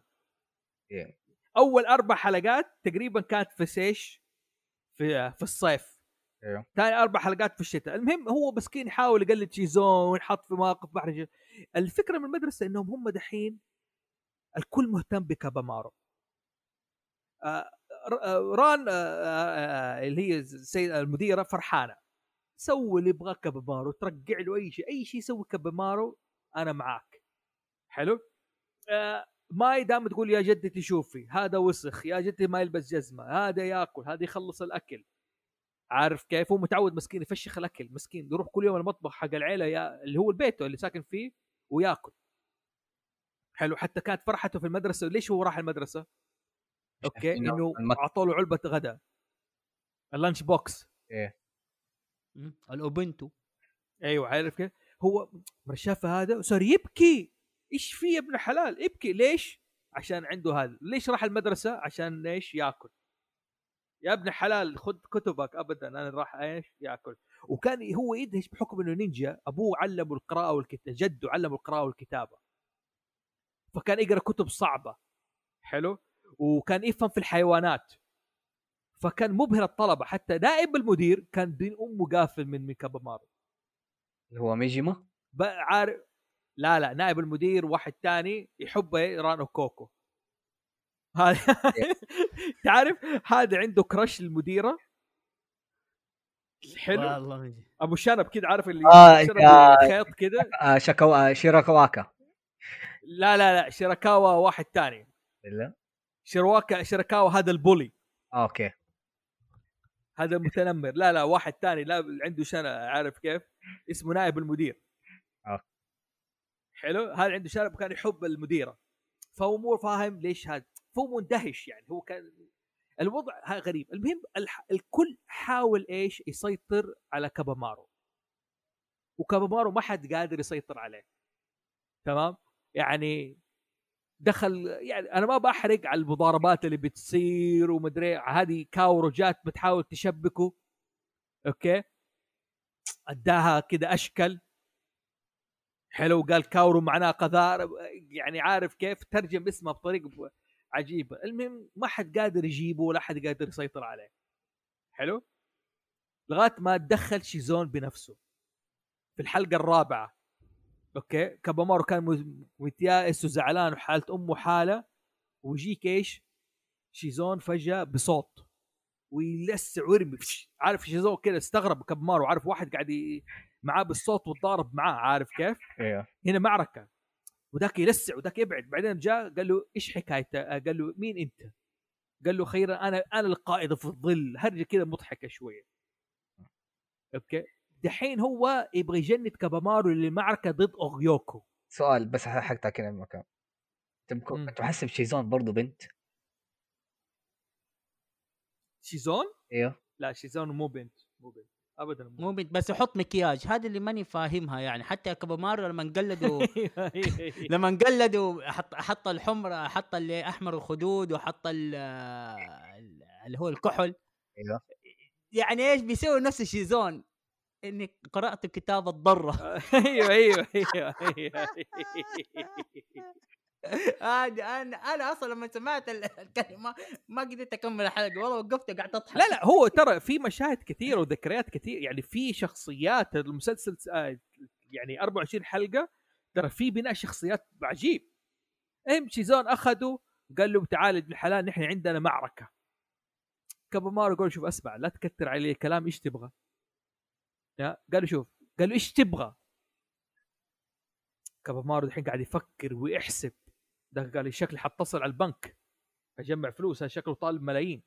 ايوه اول اربع حلقات تقريبا كانت في سيش في في الصيف. ايوه ثاني اربع حلقات في الشتاء. المهم هو مسكين يحاول يقلد شيزون وينحط في مواقف محرجه. الفكره من المدرسه انهم هم دحين الكل مهتم بكابامارو. آه ران آه آه اللي هي السيد المديره فرحانه، سوي اللي يبغاه كابامارو، ترجع له اي شيء، اي شيء سوي كابامارو انا معاك. حلو. آه ماي دام تقول يا جدتي شوفي هذا وسخ، يا جدتي ما يلبس جزمه، هذا ياكل، هذا يخلص الاكل. عارف كيف هو متعود مسكين يفشخ الاكل، مسكين يروح كل يوم المطبخ حق العيله يا اللي هو البيت اللي ساكن فيه وياكل. حلو. حتى كانت فرحته في المدرسه. ليش هو راح المدرسه؟ اوكي انه المك... اعطوا له علبه غداء، اللانش بوكس. ايه الاوبنتو. ايوه عارف كيف. هو شاف هذا وصار يبكي. ايش في يا ابن حلال ابكي ليش؟ عشان عنده هذا. ليش راح المدرسه؟ عشان ايش؟ ياكل. يا ابن حلال خذ كتبك. ابدا انا راح ايش؟ ياكل. وكان هو يدهش بحكم انه نينجا، ابوه علمه القراءه والكتابه، جده علمه القراءه والكتابه، فكان يقرا كتب صعبه. حلو. وكان يفهم في الحيوانات، فكان مبهر الطلبه. حتى نائب المدير كان دين امه قافل من من كابامارو. اللي هو ميجيما. عارف؟ لا لا نائب المدير واحد تاني يحبه، رانو كوكو. هذا تعرف هذا عنده كراش المديره. حلو. والله ابو شنب كده، عارف اللي آه شنب آه خيط كده. آه شكو آه شيراكواكا. لا لا لا شيراكاوا واحد تاني. لا شيرواكا شيراكاوا هذا البولي. آه اوكي هذا المتنمر. لا لا واحد تاني لا عنده شنب، عارف كيف؟ اسمه نائب المدير. آه. حلو. هذا عنده شنب كان يحب المديره، فهو مو فاهم ليش هذا، فهو مندهش يعني. هو كان الوضع غريب. المهم الح... الكل حاول ايش يسيطر على كابامارو، وكابامارو ما حد قادر يسيطر عليه. تمام. يعني دخل، يعني انا ما بحرق على المضاربات اللي بتصير ومدري، هذه كاورو جات بتحاول تشبكه. اوكي اداها كده اشكل. حلو. قال كاورو معناه قذار، يعني عارف كيف ترجم اسمه بطريقه عجيبه. المهم ما حد قادر يجيبه ولا حد قادر يسيطر عليه. حلو. لغايه ما تدخل شيزون بنفسه في الحلقه الرابعه. اوكي كابامارو كان متيائس وزعلان وحاله امه حاله، ويجيك ايش؟ شيزون فجاه بصوت ويلسع ويرمي. عارف شيزون كده استغرب كابامارو، عارف واحد قاعد معاه بالصوت وتضارب معاه، عارف كيف؟ ايوه هنا معركه، وذاك يلسع وذاك يبعد. بعدين جاء قال له ايش حكايته؟ قال له مين انت؟ قال له خيرا انا انا القائد في الظل. هرجه كده مضحكه شويه. اوكي دحين هو يبغى يجند كابامارو للمعركه ضد اوغيوكو. سؤال بس حقتها كده المكان. انت محسب شيزون برضو بنت؟ شيزون؟ ايوه لا شيزون مو بنت، مو بنت ابدا، مو, مو بنت، بس يحط مكياج. هذا اللي ماني فاهمها يعني. حتى كابامارو لما قلدوا لما قلدوا حط حط الحمر، حط اللي احمر الخدود، وحط اللي هو الكحل. ايوه يعني ايش بيسوي نفس شيزون؟ اني قرات كتاب الضره. ايوه ايوه ايوه ايوه هذا انا انا اصلا لما سمعت الكلمه ما قدرت اكمل الحلقه، والله وقفت قاعد اضحك. لا لا هو ترى في مشاهد كثيره وذكريات كثير، يعني في شخصيات المسلسل يعني أربعة وعشرين حلقه، ترى في بناء شخصيات عجيب. ام شيزون اخذوا قال له تعال ابن الحلال نحن عندنا معركه. كابامارو قال شوف اسمع لا تكتر علي الكلام، ايش تبغى؟ قال له شوف، قال له ايش تبغى؟ كابامارو الحين قاعد يفكر ويحسب. ده قال لي شكلي حتصل على البنك اجمع فلوس، هذا شكله طالب ملايين.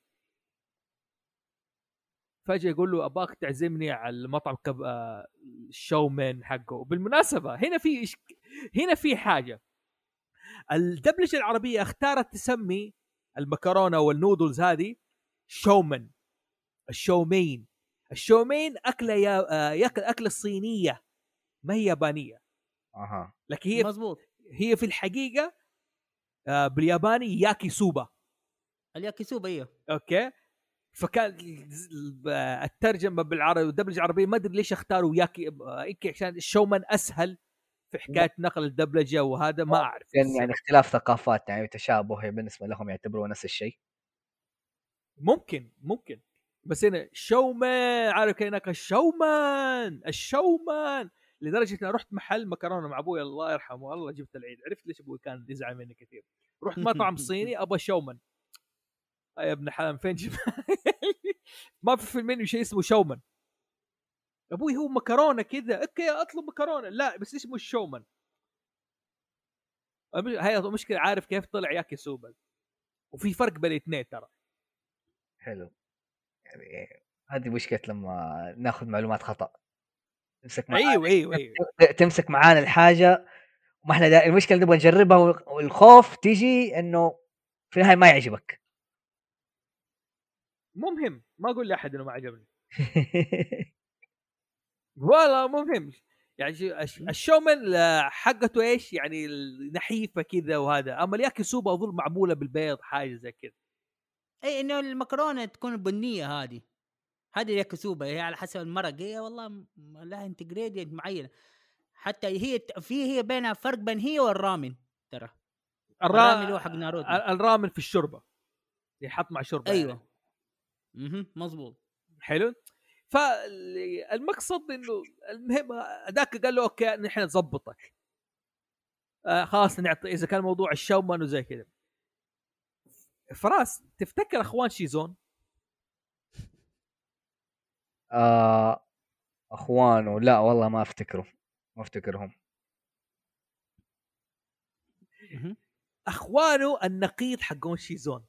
فجأة يقول له اباك تعزمني على المطعم كب... آه... الشومن حقه. وبالمناسبة هنا في إش... هنا في حاجة، الدبلجة العربية اختارت تسمي المكرونة والنودلز هذه شومن، الشومين. الشومين أكلة يا آه... ياكل أكلة صينية ما هي يابانية. اها لكن هي مزبوط. هي في الحقيقة آه بالياباني ياكي سوبا. الياكي سوبا ايوه. اوكي فكان الترجمه بالعربي والدبلجه العربيه ما ادري ليش اختاروا ياكي عشان الشومان اسهل في حكايه نقل الدبلجه، وهذا ما اعرف يعني, يعني اختلاف ثقافات يعني تشابه بالنسبه لهم يعتبروه نفس الشيء. ممكن ممكن بس هنا شومان، عارف كأنك الشومان الشومان لدرجه اني رحت محل مكرونه مع ابوي الله يرحمه، والله جبت العيد، عرفت ليش ابوي كان يزعل مني كثير. رحت مطعم صيني ابغى شومان، يا ابن حلال فين جب... ما في في المنيو شيء اسمه شومان. ابوي هو مكرونه كذا، اوكي اطلب مكرونه، لا بس اسمه الشومان. هاي المشكله، عارف كيف طلع ياكي سوبا، وفي فرق بين الاثنين ترى. حلو، يعني هذه مشكله لما ناخذ معلومات خطا، تمسك معانا ايوه ايوه ايوه تمسك معانا الحاجه وما احنا دا... المشكله نبغى نجربها والخوف تيجي انه في النهايه ما يعجبك. مو مهم، ما اقول لاحد انه ما عجبني. والله مو مهم يعني. الشومن حقته ايش يعني، نحيفه كذا وهذا. اما الياكي سوبا اظن معموله بالبيض حاجه زي كذا. اي انه المكرونه تكون بنيه، هذه هذه الياكي سوبا هي على حسب المرق، هي والله لها انتجريدينت معينه. حتى هي في هي بينها فرق بين هي والرامن ترى. الرا... الرامن هو حق ناروتو، الرامن في الشوربه يحط مع شوربه. ايوه اها مظبوط. حلو. فالمقصد انه المهم ذاك قال له اوكي نحن نظبطك، آه خلاص نعطي اذا كان موضوع الشومان وزي كذا. فراس تفتكر اخوان شيزون؟ آه اخوانه لا والله ما افتكره، ما افتكرهم. اخوانه النقيض حقون شيزون.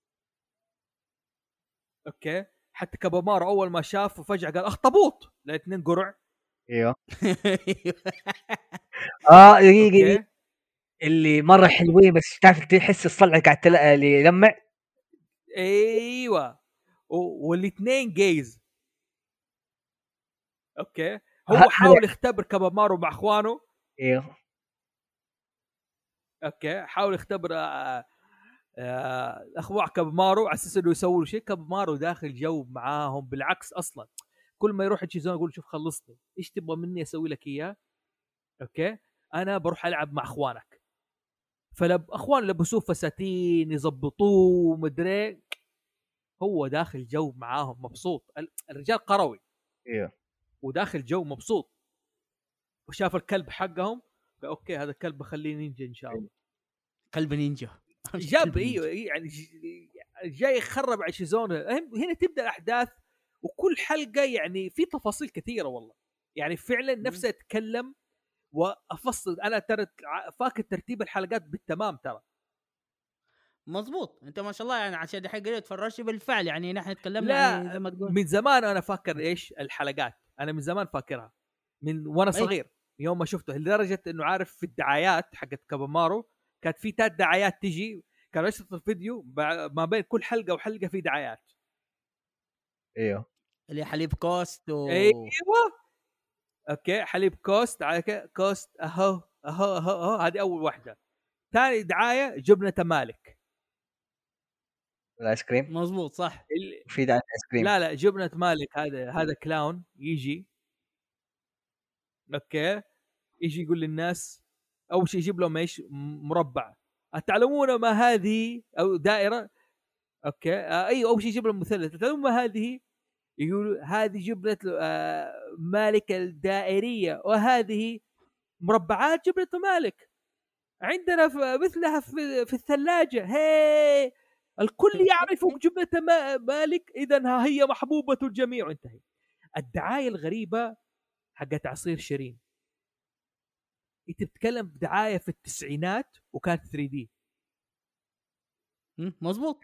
اوكي، حتى كابامارو اول ما شافه فجأة قال اخطبوط الاثنين قرع. ايوه اه دقيقه، اللي مره حلوين بس تعرف تحس الصلع قاعد تل... اللي يلمع. ايوه، والاثنين جيز. اوكي، هو حاول يختبر كابامارو مع اخوانه. ايوه اوكي، حاول يختبر اخوان كابامارو على اساس انه يسووا له شيء. كابامارو داخل جو معاهم بالعكس، اصلا كل ما يروح تشيزون يقول شوف خلصني، ايش تبغى مني اسوي لك اياه؟ اوكي، انا بروح العب مع اخوانك. فلب اخوان لبسوه فساتين يظبطوه مدري، هو داخل جو معاهم مبسوط. الرجال قروي ايوه وداخل جو مبسوط. وشاف الكلب حقهم قال اوكي هذا الكلب بخليه نينجا ان شاء الله. كلب نينجا جاب ايوه يعني جاي يخرب على شيزون. هنا تبدا الاحداث، وكل حلقه يعني في تفاصيل كثيره والله، يعني فعلا نفسه اتكلم وافصل. انا ترى فاكر ترتيب الحلقات بالتمام ترى. مظبوط، انت ما شاء الله يعني عشان دحين قلت تفرجت بالفعل، يعني نحن تكلمنا لا يعني زي ما تقول من زمان انا فاكر ايش الحلقات، انا من زمان فاكرها من وانا صغير. يوم ما شفته لدرجه انه عارف في الدعايات حقت كابامارو كانت في ثلاث دعايات تجي، كانوا يشرطوا الفيديو ما بين كل حلقه وحلقه في دعايات. ايوه اللي حليب كوست و... ايوه اوكي حليب كوست على كوست اهو اهو اهو, أهو. هذه اول واحده. ثاني دعايه جبنه مالك الايس كريم. مظبوط صح، في دعايه ايس كريم. لا لا جبنه مالك هذا هذا كلاون يجي اوكي يجي يقول للناس اول شيء يجيب لهم ايش مربع، أتعلمون ما هذه او دائره. اوكي آه ايوه اول شيء يجيب لهم مثلث، أتعلمون ما هذه؟ يقول هذه جبنه آه مالك الدائريه، وهذه مربعات جبنه مالك عندنا مثلها في, في الثلاجه. هي الكل يعرف جبنه مالك، اذا ها هي محبوبه الجميع. انتهي. الدعايه الغريبه حقت عصير شيرين، انت بتتكلم بدعايه في التسعينات وكانت ثري دي. مظبوط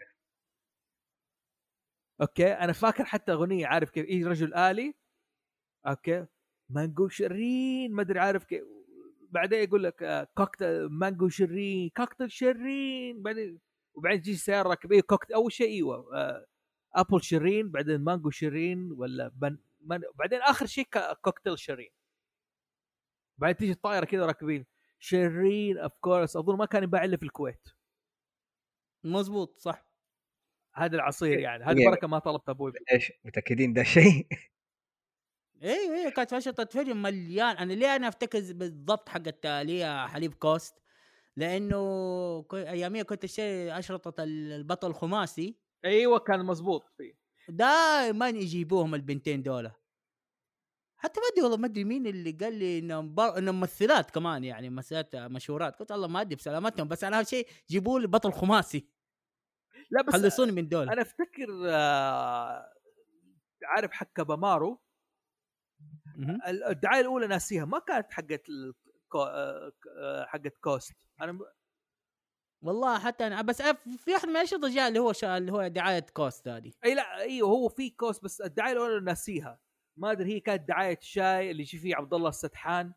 اوكي انا فاكر حتى اغنيه، عارف كيف ايه رجل آلي اوكي مانجو شيرين ما ادري عارف كيف، بعدين يقول لك كوكتيل مانجو شيرين كوكتيل شيرين، بعدين وبعدين تجي سياره راكبيه كوكتيل اول شيء ايوه ابل شيرين، بعدين مانجو شيرين ولا بن... من... بعدين اخر شيء كوكتيل شيرين، بعدين تيجي الطائره كذا راكبين شيرين اوف كورس. اظن ما كان يباع الا في الكويت. مظبوط صح، هذا العصير يعني هذه بركه ما طلبت ابوي. ايش متاكدين ده شيء؟ ايوه ايوه كانت فشطة فيلم مليان. انا ليه انا افتكر بالضبط حقت ليها حليب كوست، لانه اياميا كنت اشتري اشرطه البطل الخماسي. ايوه كان مزبوط فيه. دائما يجيبوهم البنتين دولة. حتى ما ادري والله ما ادري مين اللي قال لي انهم بر... انهم ممثلات كمان، يعني ممثلات مشهورات. قلت الله ما ادري بسلامتهم، بس انا اهم شيء جيبوا لي بطل خماسي لا بس خلصوني من دول. انا افتكر آه عارف حق كابامارو الدعايه الاولى ناسيها، ما كانت حقت الكو... حقت كوست. انا م... والله حتى انا بس في احد من الاشرطه جاء اللي هو شا... اللي هو دعايه كوست هذه. اي لا ايوه هو في كوست، بس الدعايه الاولى ناسيها. ما ادري هي كانت دعايه شاي اللي يجي فيه عبد الله السدحان.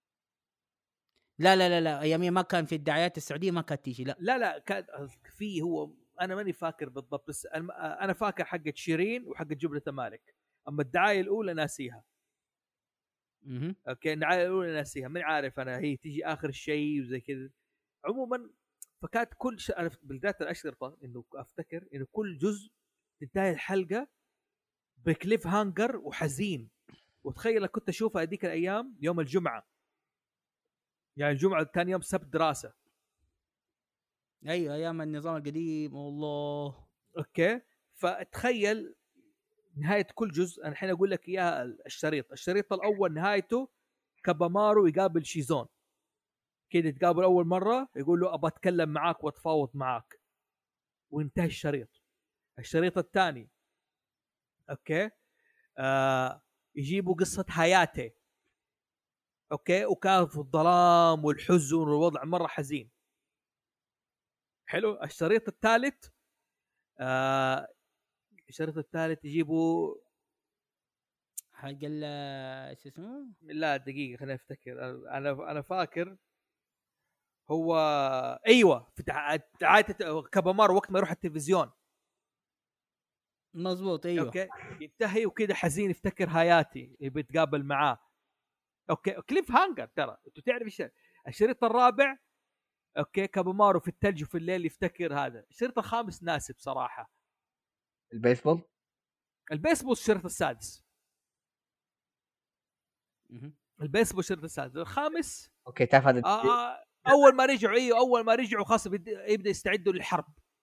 لا لا لا لا ايامي ما كان في الدعايات السعوديه ما كانت تيجي. لا لا لا كان في هو انا ماني فاكر بالضبط، بس انا فاكر حقت شيرين وحقت جبلة مالك، اما الدعايه الاولى ناسيها. اها اوكي الدعايه الاولى ناسيها، من عارف انا هي تيجي اخر شيء وزي كذا. عموما فكانت كل ش... انا بالذات الاشرطه انه افتكر انه كل جزء تنتهي الحلقه بكليف هانجر وحزين. وتخيل كنت اشوفها هذيك الايام يوم الجمعه، يعني الجمعه ثاني يوم سبت دراسه. ايوه ايام النظام القديم والله. اوكي فتخيل نهايه كل جزء. انا الحين اقول لك اياها الشريط الشريط الاول نهايته كابامارو يقابل شيزون كده، يتقابل اول مره يقول له ابى اتكلم معاك واتفاوض معاك، وانتهى الشريط. الشريط الثاني اوكي آه يجيبوا قصه هاياتي، اوكي وكان في الظلام والحزن والوضع مره حزين. حلو. الشريط الثالث آه الشريط الثالث يجيبوا حق ال ايش اسمه؟ لا دقيقه خليني افتكر. انا انا فاكر هو ايوه في دعايه كابامارو وقت ما يروح التلفزيون. مظبوط ايوه. اوكي ينتهي وكذا حزين، يفتكر هاياتي بيتقابل معاه. اوكي كليف هانجر ترى انت تعرف ايش الشريط الرابع. اوكي كابامارو في الثلج وفي الليل يفتكر هذا. الشريط الخامس ناسي بصراحه. البيسبول البيسبول الشريط السادس. مه. البيسبول الشريط السادس. الخامس اوكي تعرف هذا آه آه اول ما رجعوا ايوه اول ما رجعوا خلاص يبدا يستعدوا للحرب.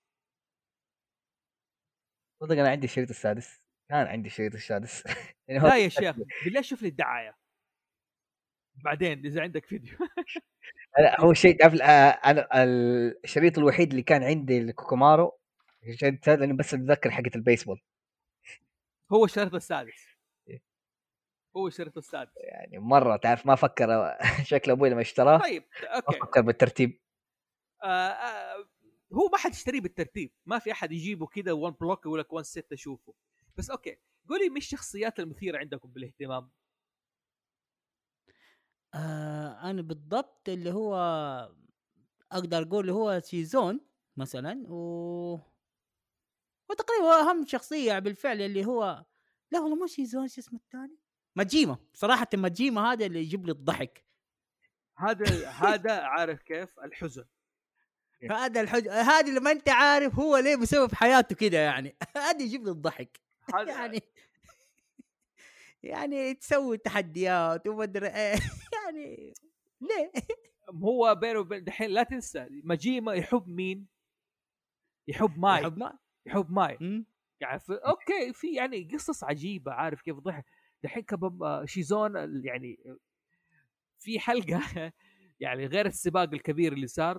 صدق انا عندي الشريط السادس، كان عندي الشريط السادس. يعني لا يا شيخ بالله شوف لي الدعايه بعدين اذا عندك فيديو. لا هو شيء تعرف انا الشريط الوحيد اللي كان عندي الكوكومارو الشريط هذا، بس اتذكر حقه البيسبول. هو الشريط السادس. هو الشريط السادس يعني مره تعرف ما افكر. شكل ابوي لما اشتراه طيب اوكي افكر بالترتيب. آه آه هو ما حد يشتريه بالترتيب، ما في احد يجيبه كذا وان بلوك يقول لك وان ست اشوفه. بس اوكي قولي مش الشخصيات المثيره عندكم بالاهتمام؟ آه انا بالضبط اللي هو اقدر اقول اللي هو سيزون مثلا، و وتقريبا اهم شخصيه بالفعل اللي هو لا والله مو سيزون، شو اسمه الثاني؟ ماجيما. صراحه ماجيما هذا اللي يجيب لي الضحك. هذا هذا عارف كيف الحزن. هذا الحج هذا اللي ما انت عارف هو ليه بيسوي في حياته كده يعني. هذا يجيب لي الضحك يعني. يعني تسوي تحديات وما ادري ايه. يعني ليه؟ هو بينه وبين دحين لا تنسى ماجيما يحب مين؟ يحب ماي. يحب ماي. يحب ماي م? يعني في... اوكي في يعني قصص عجيبه عارف كيف ضحك. دحين كباب شيزون يعني في حلقه يعني غير السباق الكبير اللي صار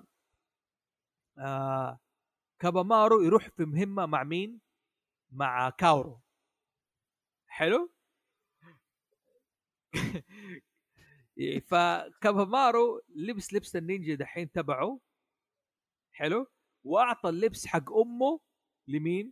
آه كابامارو يروح في مهمه مع مين؟ مع كاورو. حلو. فكابامارو لبس لبس النينجا دحين تبعه. حلو. واعطى اللبس حق امه لمين؟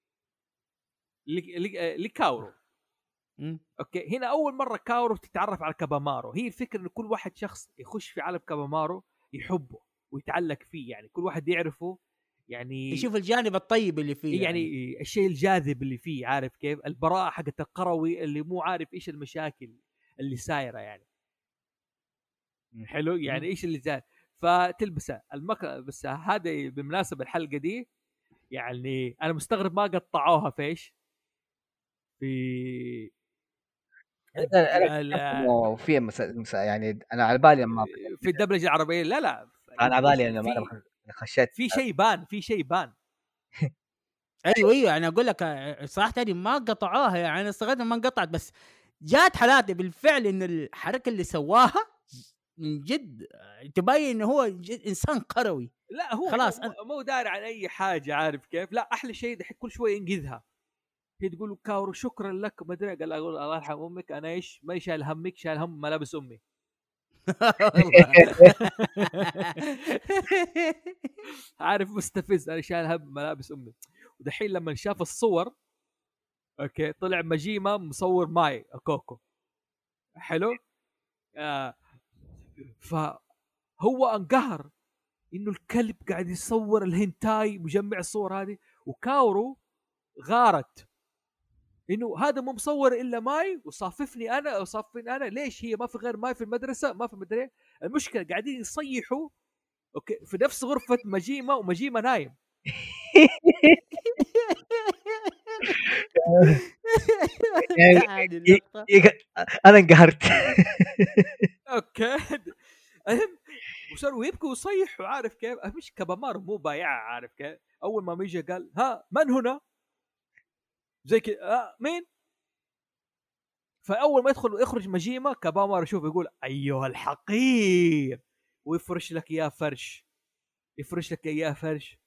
لكاورو. اوكي هنا اول مره كاورو تتعرف على كابامارو. هي الفكره ان كل واحد شخص يخش في عالم كابامارو يحبه ويتعلق فيه، يعني كل واحد يعرفه، يعني يشوف الجانب الطيب اللي فيه، يعني, يعني الشيء الجاذب اللي فيه، عارف كيف؟ البراءه حقت القروي اللي مو عارف ايش المشاكل اللي سايره يعني. حلو يعني ايش اللي زاد فتلبسه المك... بس هذا بالمناسبه الحلقه دي يعني انا مستغرب ما قطعوها في ايش في ال... في مس... يعني انا على بالي لما في الدبلجه العربيه. لا لا انا على بالي انا ما خشيت في شيء بان في شيء بان ايوه ايوه يعني اقول لك آه، صراحه هذه ما قطعوها، يعني انا استغربت ما انقطعت، بس جات حالات بالفعل ان الحركه اللي سواها من جد آه، تبين انه هو جد انسان قروي. لا هو خلاص مو, أنا- مو داري عن اي حاجه، عارف كيف؟ لا احلى شيء دحين كل شويه ينقذها، هي تقول له كاورو شكرا لك ما ادري، قال اقول الله يرحم امك انا ايش ما شايل همك، شايل هم ملابس امي. والله عارف مستفز، انا شايل هم ملابس امي. ودحين لما شاف الصور اوكي طلع ماجيما مصور ماي كوكو حلو. آه فهو انقهر انه الكلب قاعد يصور الهنتاي مجمع الصور هذه، وكاورو غارت انه هذا مو مصور الا ماي وصاففني انا وصاففني انا، ليش هي ما في غير ماي في المدرسه ما في مدري. المشكله قاعدين يصيحوا اوكي في نفس غرفه ماجيما وماجيما نايم. يعني هذه ي- اللقطه ي- انا انقهرت. اوكي المهم وصاروا يبكوا ويصيحوا، عارف كيف؟ مش كابامارو مو بايعه، عارف كيف؟ اول ما ميجي قال ها من هنا زي كذا آه مين، فاول ما يدخل يخرج ماجيما كابامارو يشوف يقول ايها الحقير ويفرش لك اياه فرش، يفرش لك اياه فرش.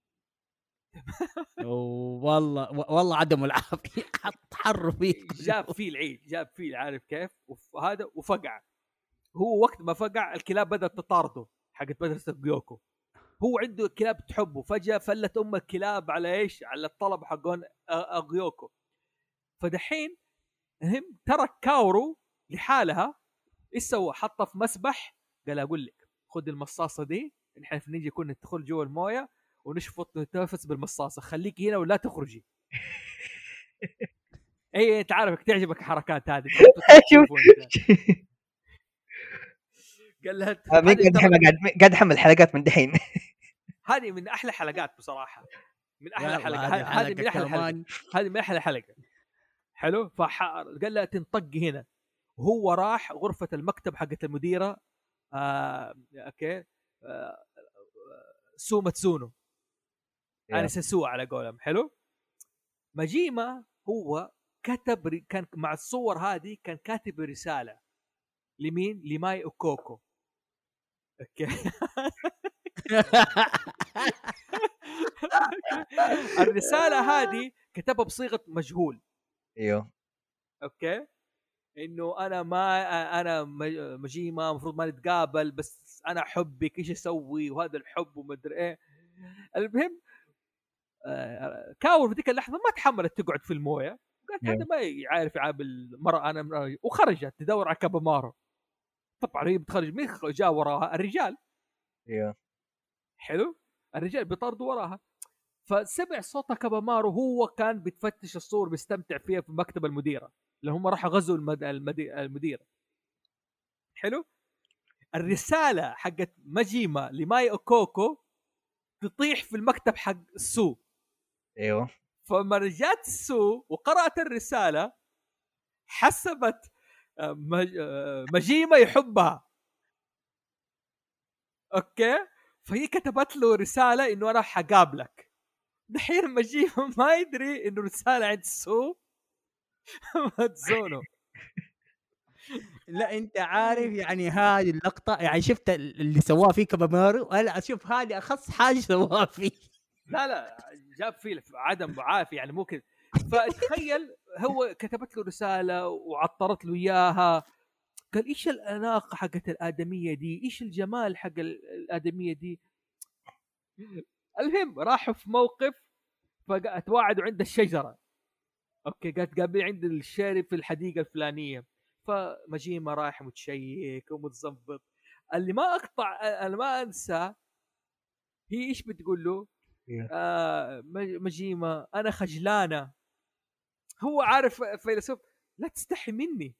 والله والله عدم العافيه حط حر فيك جاب فيه العيد، جاب فيه عارف كيف؟ وهذا وفقع. هو وقت ما فقع الكلاب بدأت تطارده حقت مدرسة جيوكو، هو عنده كلاب تحبه، فجأة فلت أم الكلاب على إيش؟ على الطلب حقون أغيوكو. فدحين هم ترك كاورو لحالها، إيش سوى؟ حطها في مسبح، قال أقول لك خذ المصاصة دي، نحن نيجي كنا ندخل جوا الموية ونشفط نتنفس بالمصاصة، خليكي هنا ولا تخرجي. اي انت عارفك تعجبك حركات هذه قال لها مين قاعد يحمل قاعد قاعد يحمل حلقات من دحين. هذه من احلى حلقات بصراحه، من احلى حلقه هذه هذه من احلى حلقه كمان هذه من احلى حلقه حلو. فقال لها تنطق هنا، وهو راح غرفه المكتب حقت المديره آه، اوكي آه، سوما تسونو انا سسوء على قولهم حلو. ماجيما هو كتب كان مع الصور هذه كان كاتب رساله لمين؟ لماي اوكوكو اوكي. الرساله هذه كتبها بصيغه مجهول. ايوه اوكي انه انا ما انا ماجيما المفروض ما نتقابل بس انا احبك ايش اسوي وهذا الحب ومدري ايه. المهم كاور في ذيك اللحظه ما تحملت تقعد في المويه، قالت هذا ما يعرف يعاب المرأة انا مرأة. وخرجت تدور على كابامارو، طبعا هي بتخرج مين جاء وراها؟ الرجال. ايوه حلو الرجال بيطاردوا وراها، فسمع صوت كابامارو، هو كان بتفتش الصور بيستمتع فيها في مكتب المديره اللي هم راحوا غزوا المد... المدي... المديره. حلو الرساله حقت ماجيما لماي اوكوكو تطيح في المكتب حق السو. ايوه فما رجعت السو وقرأت الرساله حسبت ماجيما يحبها اوكي، فهي كتبت له رساله انه انا حقابلك. دحين ماجيما ما يدري انه رساله عند السو ما تزونه. لا انت عارف يعني هذه اللقطه يعني شفت اللي سواه فيه كابامارو، انا اشوف هذه اخص حاجه سواه فيه. لا لا جاب فيه عدم معافي يعني ممكن. فتخيل هو كتبت له رساله وعطرت له اياها، قال ايش الاناقه حقت الادميه دي، ايش الجمال حق الادميه دي. المهم راحوا في موقف فتواعدوا عند الشجره اوكي، قالت قابل عند الشارب في الحديقه الفلانيه. فماجيما رايح متشيك ومتظبط. اللي ما اقطع انا ما انسى هي ايش بتقول له آه ماجيما انا خجلانه. هو عارف فيلسوف لا تستحي مني.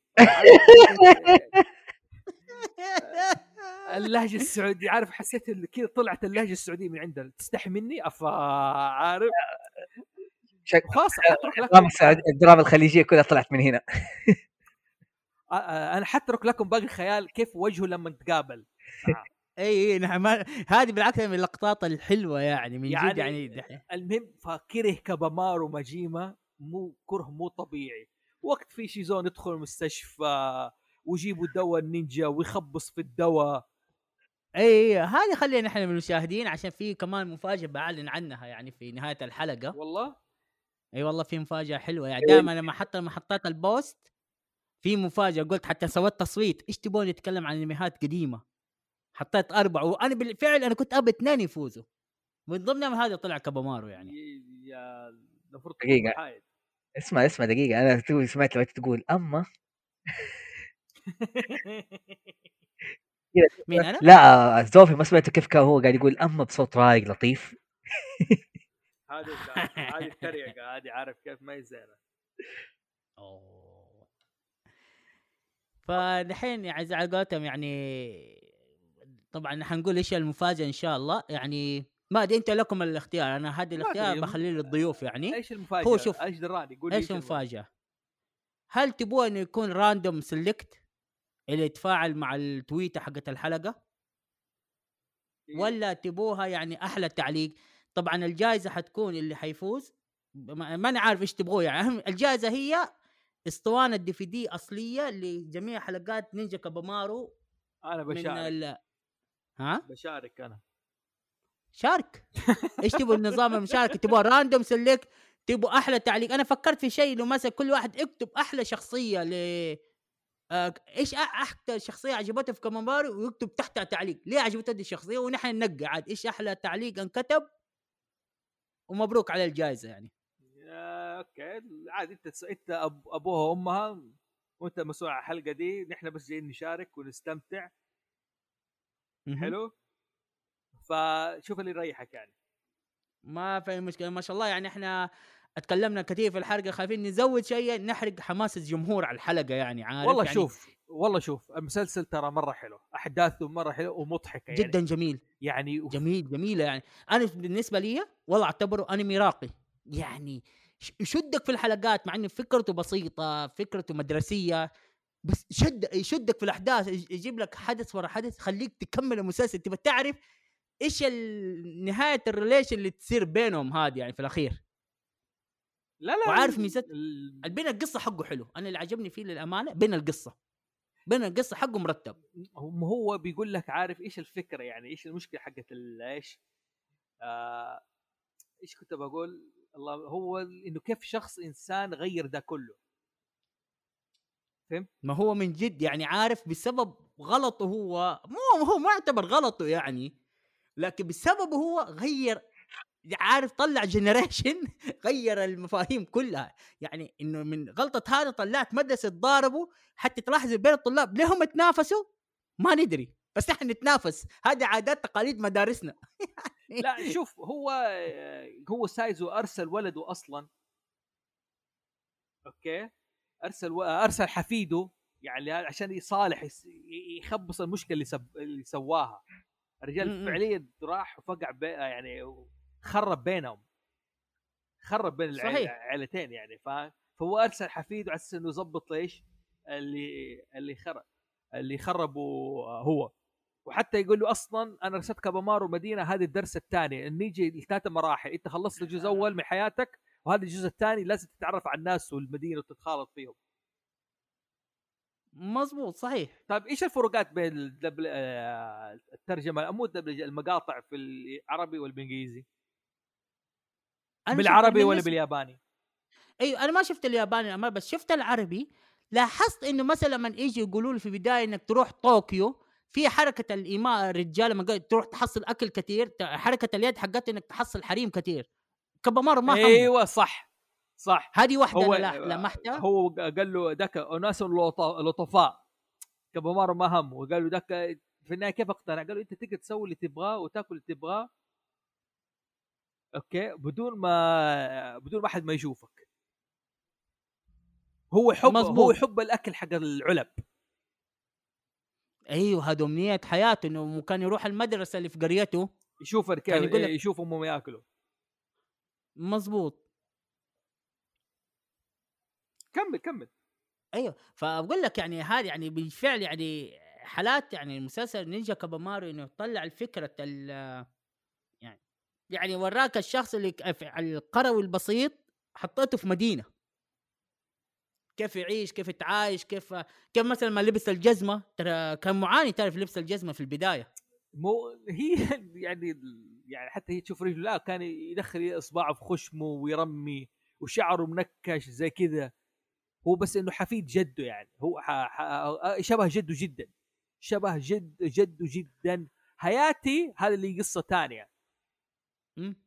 اللهجه السعوديه عارف حسيت كذا طلعت اللهجه السعوديه من عنده، تستحي مني افا عارف خلاص حتروح لكم الدراما الخليجيه كلها طلعت من هنا. انا حترك لكم باقي الخيال كيف وجهه لما نتقابل. اي اي نعم، ما- هذه بالعكس من اللقطات الحلوه يعني من يعني جد يعني دحين. المهم فكره كابامارو ماجيما مو كره مو طبيعي. وقت في شيزون يدخل المستشفى ويجيبوا دواء النينجا ويخبص في الدواء. اي اي هذه خلينا نحن من المشاهدين، عشان في كمان مفاجاه بعلن عنها يعني في نهايه الحلقه. والله اي والله في مفاجاه حلوه يعني. دائما لما حتى لما حطيت البوست في مفاجاه، قلت حتى سويت تصويت ايش تبون نتكلم عن انميات قديمه، حطيت اربعه وانا بالفعل انا كنت ابي اثنين يفوزوا، من ضمنهم هذا طلع كابامارو يعني. ي- يا المفروض تكون دقيقة. محايد. اسمع اسمع دقيقة، أنا تو سمعت لما تقول أما مين انا؟ لا زوفي ما سمعته كيف كان هو قاعد يقول أما بصوت رايق لطيف. هذا هذه التريقه هذه، عارف كيف ما يزينه. اوه فدحين يعني على قولتهم يعني طبعا حنقول ايش المفاجاه ان شاء الله يعني. ما ادري انت لكم الاختيار، انا هذا ما الاختيار أدري. بخليه للضيوف يعني. ايش المفاجاه؟ هو شوف ايش دراني؟ قول لي ايش المفاجاه. هل تبغوا انه يكون راندوم سيلكت اللي يتفاعل مع التويته حقت الحلقه، إيه؟ ولا تبوها يعني احلى تعليق؟ طبعا الجائزه حتكون اللي حيفوز ما ما انا عارف ايش تبغوا يعني. أهم الجائزه هي اسطوانه دي في دي اصليه لجميع حلقات نينجا كابامارو. انا من بشارك ال... ها بشارك انا. شارك. ايش تبغوا النظام المشاركه؟ تبغوا راندوم سيلكت؟ تبغوا احلى تعليق؟ انا فكرت في شيء لو مثلا كل واحد يكتب احلى شخصيه ل آه، ايش أ- اكثر شخصيه عجبته في كامامارو ويكتب تحتها تعليق ليه عجبته دي الشخصيه، ونحن ننقي عاد ايش احلى تعليق انكتب، ومبروك على الجائزه يعني. يا اوكي عادي. انت انت أب... ابوها وامها وانت مسؤول عن الحلقه دي، نحن بس جايين نشارك ونستمتع. مهم. حلو. فشوف اللي يريحك يعني. ما في مشكله ما شاء الله يعني. احنا اتكلمنا كثير في الحلقه، خايفين نزود شيء نحرق حماس الجمهور على الحلقه يعني، عارف والله يعني. شوف والله شوف المسلسل ترى مره حلو، احداثه مره حلوه ومضحكه يعني. جدا جميل يعني أوف. جميل جميله يعني. انا بالنسبه لي والله اعتبره انمي راقي يعني، ش- يشدك في الحلقات مع ان فكرته بسيطه، فكرته مدرسيه، بس شد يشدك في الاحداث، يج- يجيب لك حدث ورا حدث خليك تكمل المسلسل، تبى تعرف ايش ال- نهايه الريليشن اللي تصير بينهم هذه يعني في الاخير. لا لا وعارف ميزه ال... البناء القصه حقه حلو. انا اللي عجبني فيه للامانه بناء القصه، بناء القصه حقه مرتب. هم هو بيقول لك عارف ايش الفكره يعني، ايش المشكله حقت ال- ايش آه... ايش كنت بقول الله، هو انه كيف شخص انسان غير ده كله. فهمت؟ ما هو من جد يعني عارف بسبب غلطه هو، مو هو ما يعتبر غلطه يعني، لكن بسببه هو غير، عارف طلع جنريشن غير المفاهيم كلها يعني. انه من غلطه هذا طلعت مدرسه تضاربوا، حتى تلاحظ بين الطلاب ليه هم يتنافسوا ما ندري، بس نحن نتنافس، هذه عادات تقاليد مدارسنا. لا شوف هو هو سايزو ارسل ولده اصلا. اوكي ارسل و... ارسل حفيده يعني عشان يصالح يس... يخبص المشكله اللي سب... اللي سواها. الرجال م-م. فعليا راح وفقع بي... يعني خرب بينهم، خرب بين صحيح. العائلتين يعني. ف... فهو ارسل حفيده على اساس انه يظبط ليش اللي اللي خرب اللي خربوا هو. وحتى يقول له اصلا انا رسلت كابامارو مدينه، هذه الدرس الثاني ان نيجي لثلاث مراحل، انت خلصت الجزء الاول من حياتك وهذا الجزء الثاني لازم تتعرف على الناس والمدينه وتتخالط فيهم. مظبوط صحيح. طيب ايش الفروقات بين الدبل... آه، الترجمه مو الدبلجه، المقاطع في العربي والانجليزي؟ بالعربي ولا بالياباني؟ ايوه انا ما شفت الياباني أما بس شفت العربي. لاحظت انه مثلا لما يجي يقولوا لي في البدايه انك تروح طوكيو، في حركه الايماء الرجال لما قال تروح تحصل اكل كثير، حركه اليد حقت انك تحصل حريم كثير. كبمار ما همه. ايوه صح صح. هذه واحده هو انا لمحتها. هو قال له ذاك اناس لطفاء كابامارو ما هم، وقال له ذاك في النهايه كيف اقتنع؟ قال له انت تقدر تسوي اللي تبغاه وتاكل اللي تبغاه اوكي بدون ما بدون ما احد ما يشوفك. هو حب مزبوط. هو يحب الاكل حق العلب. ايوه هذا امنيه حياته، انه كان يروح المدرسه اللي في قريته يشوف كيف يشوف امهم ياكلوا. مزبوط. كمل كمل. ايوه فاقول لك يعني هذا يعني بالفعل يعني حالات يعني المسلسل نينجا كابامارو انه يطلع الفكره ال يعني يعني وراك الشخص اللي ك- القروي البسيط حطيته في مدينه، كيف يعيش، كيف يتعايش، كيف كيف مثلا ما لبس الجزمه، ترى كان معاني تعرف لبس الجزمه في البدايه. مو هي يعني يعني حتى هي تشوف رجله، لا كان يدخل اصبعه في خشمه ويرمي وشعره منكش زي كذا. هو بس انه حفيد جده، يعني هو ح... ح... شبه جده جدا، شبه جد جده جدا. حياتي هذا اللي قصه ثانيه. امم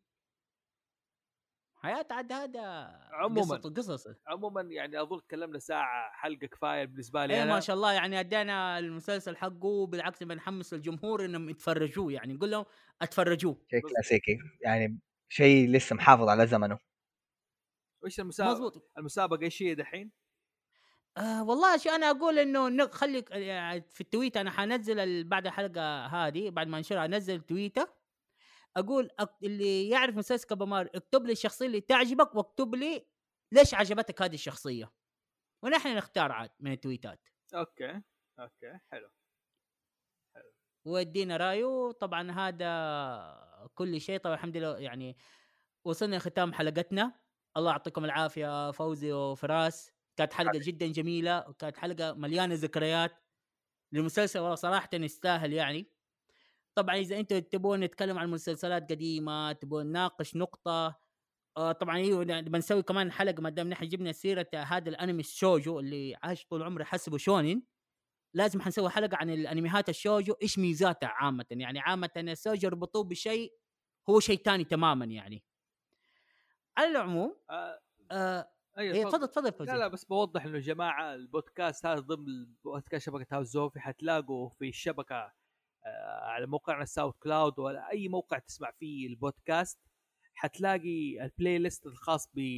حياة عاد هذا عموما قصة قصص. عموما يعني اظن تكلمنا ساعه، حلقه كفايه بالنسبه لي ايه انا. ما شاء الله، يعني ادينا المسلسل حقه، بالعكس بنحمس الجمهور انهم يتفرجوه، يعني نقول لهم اتفرجوه. شيء كلاسيكي يعني، شيء لسه محافظ على زمنه. وش المسابقه مظبوط. المسابقه ايش هي دحين؟ آه والله شو انا اقول انه نق- خليك آه، في التويت. انا حنزل ال- بعد الحلقه هذه، بعد ما انشرها انزل تويته اقول أك... اللي يعرف مسلسل كابامار اكتب لي الشخصيه اللي تعجبك، واكتب لي ليش عجبتك هذه الشخصيه، ونحن نختار عاد من التويتات. اوكي اوكي حلو. وادينا رايه. طبعا هذا كل شيء. طبعا الحمد لله يعني وصلنا ختام حلقتنا. الله يعطيكم العافيه فوزي وفراس، كانت حلقه جدا جميله، وكانت حلقه مليانه ذكريات للمسلسل، والله صراحه يستاهل يعني. طبعا اذا انتم تبون نتكلم عن مسلسلات قديمه، تبون نناقش نقطه، آه طبعا ايوه بنسوي كمان حلقه ما دام نحن جبنا سيره هذا الانمي الشوجو اللي عاش طول عمره حسبه شونين. لازم حنسوي حلقه عن الانميات الشوجو، ايش ميزاتها عامه. يعني عامه الشوجو يربطوه بشيء هو شيء تاني تماما يعني. على العموم آه آه ايوه ايه تفضل تفضل لا فوزي. لا بس بوضح انه جماعه البودكاست هذا ضمن البودكاست شبكه هاوس زوفي، حتلاقوا في الشبكه آه على موقعنا الساوند كلاود ولا اي موقع تسمع فيه البودكاست. حتلاقي البلاي ليست الخاص ب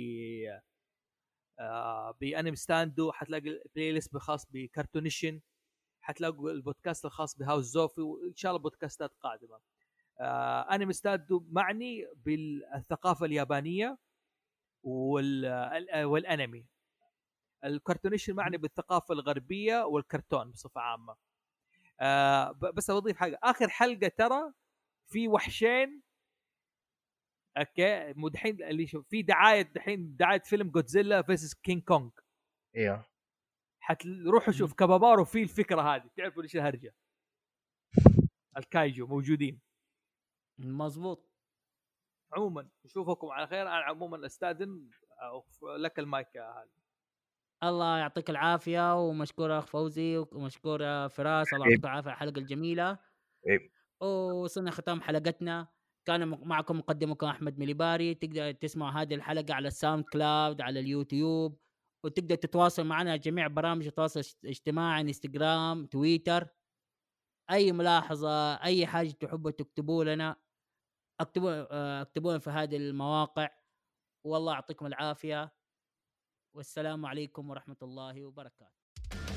آه بانمي ستاندو، حتلاقي البلاي ليست الخاص بكارتونيشن، حتلاقوا البودكاست الخاص بهاوس زوفي، وان شاء الله بودكاستات قادمه. آه انمي ستاندو معني بالثقافه اليابانيه وال والانمي. الكرتونيشن معني بالثقافه الغربيه والكرتون بصفه عامه. آه بس بضيف حاجه، اخر حلقه ترى في وحشين. اوكي مدحين اللي شوف في دعايه دحين، دعايه فيلم جودزيلا فيرسس كينج كونج. ايوه حتروحوا شوف كابامارو في الفكره هذه، تعرفوا ليش الهرجه. الكايجو موجودين. مظبوط. عموما نشوفكم على خير. انا عموما استاذن لك المايك يا هذا. الله يعطيك العافيه، ومشكور اخ فوزي، ومشكور فراس، الله يعطيك العافيه على الحلقه الجميله. إيه. وصلنا ختام حلقتنا. كان معكم مقدمكم احمد مليباري. تقدر تسمع هذه الحلقه على الساوند كلاود، على اليوتيوب، وتقدر تتواصل معنا جميع برامج التواصل الاجتماعي، انستغرام، تويتر. اي ملاحظه، اي حاجه تحبوا تكتبوا لنا، اكتبوا اكتبونا في هذه المواقع. والله يعطيكم العافيه، والسلام عليكم ورحمه الله وبركاته.